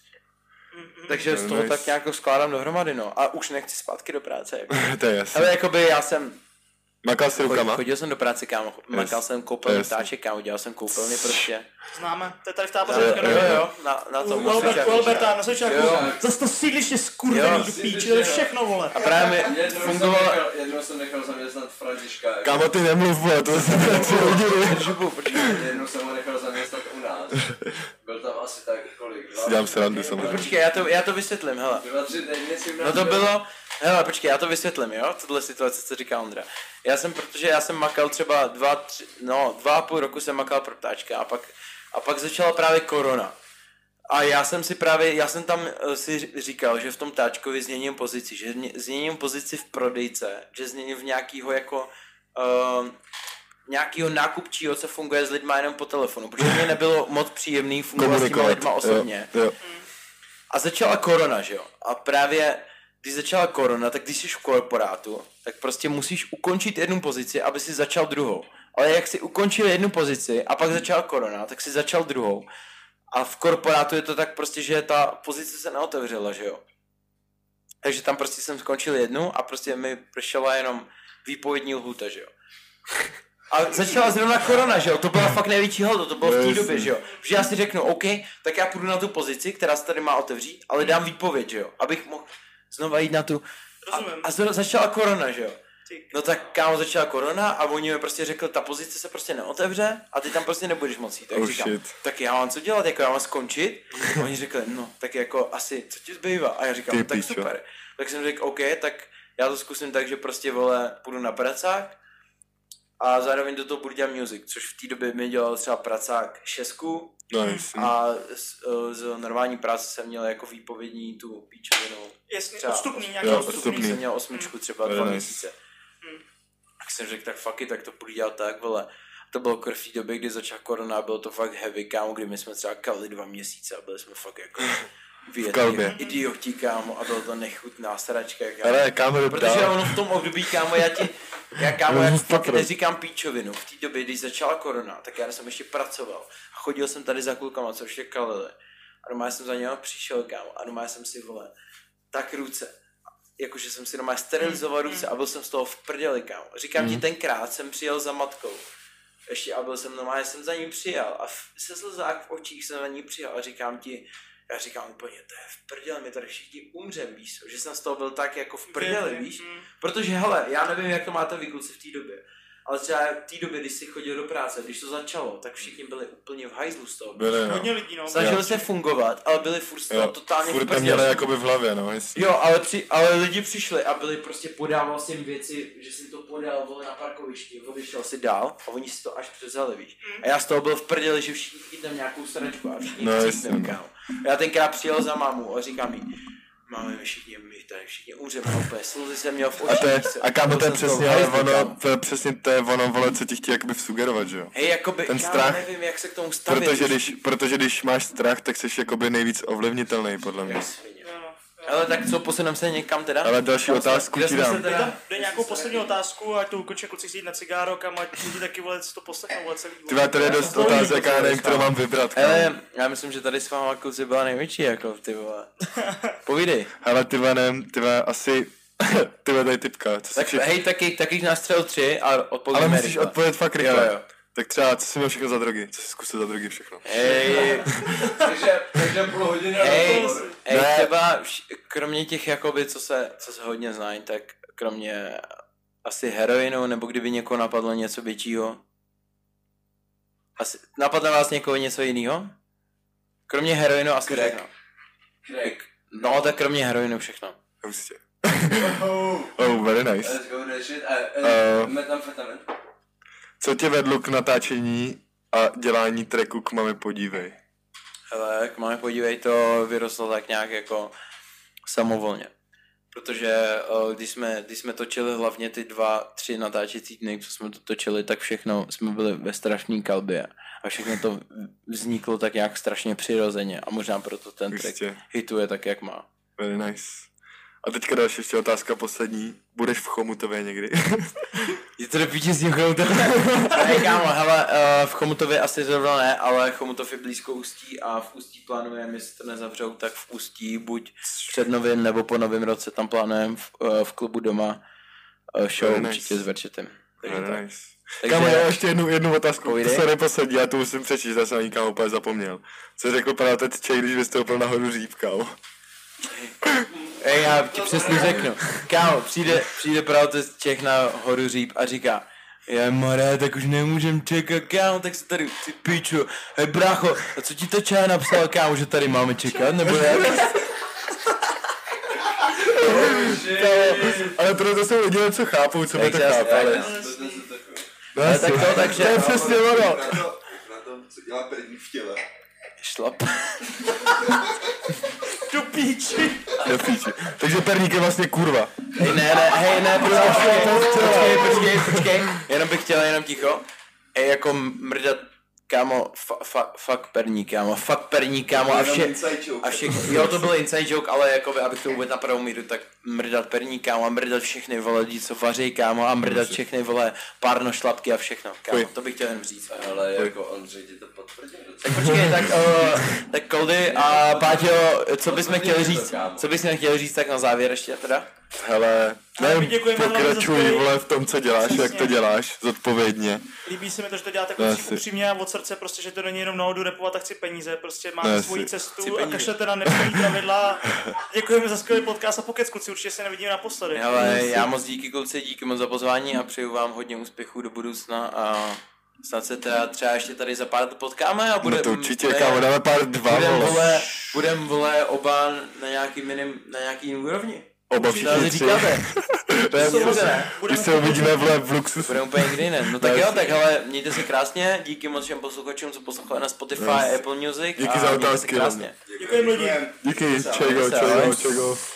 Takže z toho Nice. tak nějak skládám dohromady, no. A už nechci zpátky do práce. Jako. To je jasné. Ale jakoby já jsem, Makal si chodil, rukama? chodil jsem do práce, kámo, makal jsem koupelny Yes. ptáček, kámo, dělal jsem koupelny prostě. Známe, to je tady v Jo, táboře. jo, jo, na, na U tom. Albert, u Alberta, na Sojčáku. Jo. Zase to sídliště skurvený Jo. do píči, to je všechno, vole. A právě mi Jednou jsem fungovalo... nechal, jednou jsem nechal zaměstnat Františka. jako- Kámo, ty nemluv, vole, to se tři hodiny. Žubu, počkej. Jednou jsem ho nechal zaměstnat u nás. Byl tam asi tak kolik? Dva, Si dělám srandu, tři, samozřejmě. Počkej, já to, já to vysvětlím, hele. Dva, tři týdny si No to bylo, hele, počkej, já to vysvětlím, jo, tohle situace, co říká Ondra. Já jsem, protože já jsem makal třeba dva, tři, no, dva a půl roku jsem makal pro ptáčka a pak, a pak začala právě korona. A já jsem si právě, já jsem tam si říkal, že v tom táčkovi změním pozici, že změním pozici v prodejce, že změním v nějakýho jako uh, nějakýho nákupčího, co funguje s lidma jenom po telefonu, protože mě nebylo moc příjemný fungovat s těma lidma osobně. Jo, jo. A začala korona, že jo? A právě když začala korona, tak když jsi v korporátu, tak prostě musíš ukončit jednu pozici, aby si začal druhou. Ale jak si ukončil jednu pozici a pak začala korona, tak si začal druhou. A v korporátu je to tak prostě, že ta pozice se neotevřela, že jo? Takže tam prostě jsem skončil jednu a prostě mi pršela jenom výpovědní lhůta, že jo? A začala zrovna korona, že jo? To byla fakt největší halda, to bylo v té době, že jo? Že já si řeknu, OK, tak já půjdu na tu pozici, která se tady má otevřít, ale dám výpověď, že jo? Abych mohl znova jít na tu... A, a zro, začala korona, že jo? No tak kámo, začala korona a oni mi prostě řekli, ta pozice se prostě neotevře a ty tam prostě nebudeš moc jít. Tak oh, říkám, shit. tak já mám co dělat, jako já mám skončit? A oni řekli, no tak jako asi, co ti zbývá? A já říkám, ty tak píčo. super. Tak jsem řekl, OK, tak já to zkusím tak, že prostě vole, půjdu na pracák a zároveň do toho budu dělat music, což v té době mi dělal třeba pracák šestku Nice. a z, z normální práce jsem měl jako výpovědní tu píčovinu. Jasně, třeba odstupný, os- nějaký jo, odstupný. odstupný. jsem měl osmičku třeba Very dva nice. měsíce. Tak jsem řekl, tak fuck it, tak to budu dělat tak, vole. To bylo krv v té době, kdy začala korona, bylo to fakt heavy, kámo, kdy my jsme třeba kalili dva měsíce a byli jsme fakt jako kalbě. idioti, kámo, a bylo to nechutná sračka, kámo. Ale kámo, Protože ono v tom období, kámo, já ti, já kámo, já fakt neříkám píčovinu. V té době, když začala korona, tak já jsem ještě pracoval a chodil jsem tady za klukama, co ještě kalili. A doma jsem za něho přišel, kámo, a doma jsem si, vole, tak ruce. Jakože jsem si doma sterilizoval ruce a byl jsem z toho v prdeli, kámo. Říkám mm. ti, tenkrát jsem přijel za matkou. Ještě a byl jsem normálně, jsem za ní přijel a v, se slzák v očích jsem za ní přijel a říkám ti, já říkám úplně, to je v prdeli, my tady všichni umřem, víš, že jsem z toho byl tak jako v prdeli, víš. Protože hele, já nevím, jak to máte vy kluci v té době, ale třeba v té době, když jsi chodil do práce, když to začalo, tak všichni byli úplně v hajzlu z toho. Byli, no. Hodně lidí, no. Snažili se fungovat, ale byli furt z toho Jo, totálně furt v tam prdeli. měli jakoby v hlavě, no, jestli. Jo, ale, při, ale lidi přišli a byli prostě podával jsem věci, že jsem to podal vole na parkovišti, odešel si dál a oni si to až převzali, víš. A já z toho byl v prdeli, že všichni chytneme nějakou sračku a všichni No, no, jasně, no. kámo. Já tenkrát přijel za mámu a říkám jí, máme my všichni, my tady všichni umřeme a úplně slzy jsem měl v očích. A, to je, se- a kámo, byl to je jsem z toho přesně, v ale hajzlu, ono, kámo. to je přesně to je ono, vole, co ti chtějí jakoby vsugerovat, že jo? Hej, jakoby, ten kámo, strach. nevím, jak se k tomu stavit. Protože když, protože když máš strach, tak jsi jakoby nejvíc ovlivnitelný, podle mě. Ale tak co, posuneme se někam teda? Ale další Kam jsme- otázku kde ti jsme se dám. Dej, teda- tam, dej nějakou poslední otázku, ať tu ukončí kluci si jít na cigáro, kam ať lidi taky vole si to poslechnou, vole celý. Ty vole, tady je dost Dlouhý otázek, já nevím, kterou mám vybrat, kámo. Ale já myslím, že tady s váma kluci byla největší, jako ty vole. Povídej. Ale ty vole, nevím, ty vole, asi, ty vole, tady typka, co si Tak všechno. hej, taky, taky nastřel tři a odpovíme. Ale musíš rychle. odpovědět fakt Jo, rychle. jo. Tak třeba, co jsi měl všechno za drogy? Co jsi zkusil za drogy všechno? Hej, Takže, takže půl hodiny na hej, rozhovor. hej, Ne. třeba vš- kromě těch jakoby, co se, co se hodně znají, tak kromě asi heroinu, nebo kdyby někoho napadlo něco většího. Asi, napadne vás někoho něco jiného? Kromě heroinu asi Crack. všechno. Crack. No, tak kromě heroinu všechno. Hustě. Oh, very nice. Let's go that shit. A, Eh. a metamfetamin. Co tě vedlo k natáčení a dělání tracku k Mami podívej? Hele, k máme podívej, to vyrostlo tak nějak jako samovolně. Protože uh, když, jsme, když jsme točili hlavně ty dva, tři natáčecí dny, co jsme to točili, tak všechno jsme byli ve strašný kalbě. A všechno to vzniklo tak nějak strašně přirozeně. A možná proto ten track Jistě. hituje tak, jak má. Very nice. A teďka další ještě otázka poslední. Budeš v Chomutově někdy? Je to do píči s tím Chomutovem? Ne, kámo, hele, uh, v Chomutově asi zrovna ne, ale Chomutov je blízko Ústí a v Ústí plánujeme, jestli to nezavřou, tak v Ústí buď před novým nebo po novém roce tam plánujeme v, uh, v klubu doma uh, show Very nice. určitě s Verčetem. Takže Very tak. nice. Takže- Kámo, já mám ještě jednu, jednu otázku. Povídej. To se neposadí, já to musím přečíst, já jsem ani kámo úplně zapomněl. Co řekl pan otec Čej, když vystoupil nahoru Říp, kámo? Ej, já ti přesně řeknu. Kámo, přijde, přijde právě Čech na horu Říp a říká, je more, tak už nemůžem čekat, kámo, tak se tady, ty piču, hej brácho, a co ti to Čaj napsal, kámo, že tady máme čekat, nebo jak? Ale proto jsou lidi, co chápou, co by to Jak já- chápali. jak- To je něco takového. No, Ale tak to, takže... To je přesně ono. Na to, na to, co dělá první v těle. Šlap. Do píči. Do píči. Takže perník je vlastně kurva. Hej, ne, ne, hej, ne, počkej, počkej, počkej, počkej, jenom bych chtěl, jenom ticho. Hej, jako mrdat, kámo, fa, fa, fuck perník, kámo, fuck perník, kámo, a vše, a všechny, jo, to byl inside joke, ale jakoby, abych to uvedl na pravou míru, tak mrdat perník, kámo, a mrdat všechny, vole, lidi, co vaří, kámo, a mrdat všechny, vole, párno šlapky a všechno, kámo, to bych chtěl jen říct. Ale jako Ondřej ti to potvrdil. Tak počkej, tak, uh, tak Koldy a Páťo, co bychom chtěli říct, co bychom chtěli říct tak na závěr ještě teda? Hele, Ale my ne, děkujeme hlavně za pokračuj, skvělý- vole, v tom, co děláš, jak Přesně. to děláš, zodpovědně. Líbí se mi to, že to děláte jako Asi. upřímně a od srdce, prostě, že to není jenom náhodu repovat a chci peníze, prostě máte Asi. svoji Chci cestu a peníze. kašlete na nepsaný pravidla. Děkujeme za skvělý podcast a pokec, kluci, určitě se nevidíme naposledy. Ale já moc díky kluci, díky moc za pozvání a přeju vám hodně úspěchů do budoucna a snad se teda třeba ještě tady za pár let potkáme a bude, No to určitě, bude- kámo, dáme pár dva, budem, vole. vole, budem, vole, oba na nějaký minim, na nějaký úrovni. Oba Co si všichni tři. říkáte? To je Dobře, dobře. ne? Když se uvidíme, vole, v luxusu. Budeme úplně někdy jiné. No tak Nice. jo, tak ale mějte se krásně, díky moc všem posluchačům, co poslouchali na Spotify, Nice. Apple Music Díky a za mějte se otázky, krásně. Děkujeme lidi. Díky, Čau. čego, Čau. čego, čego.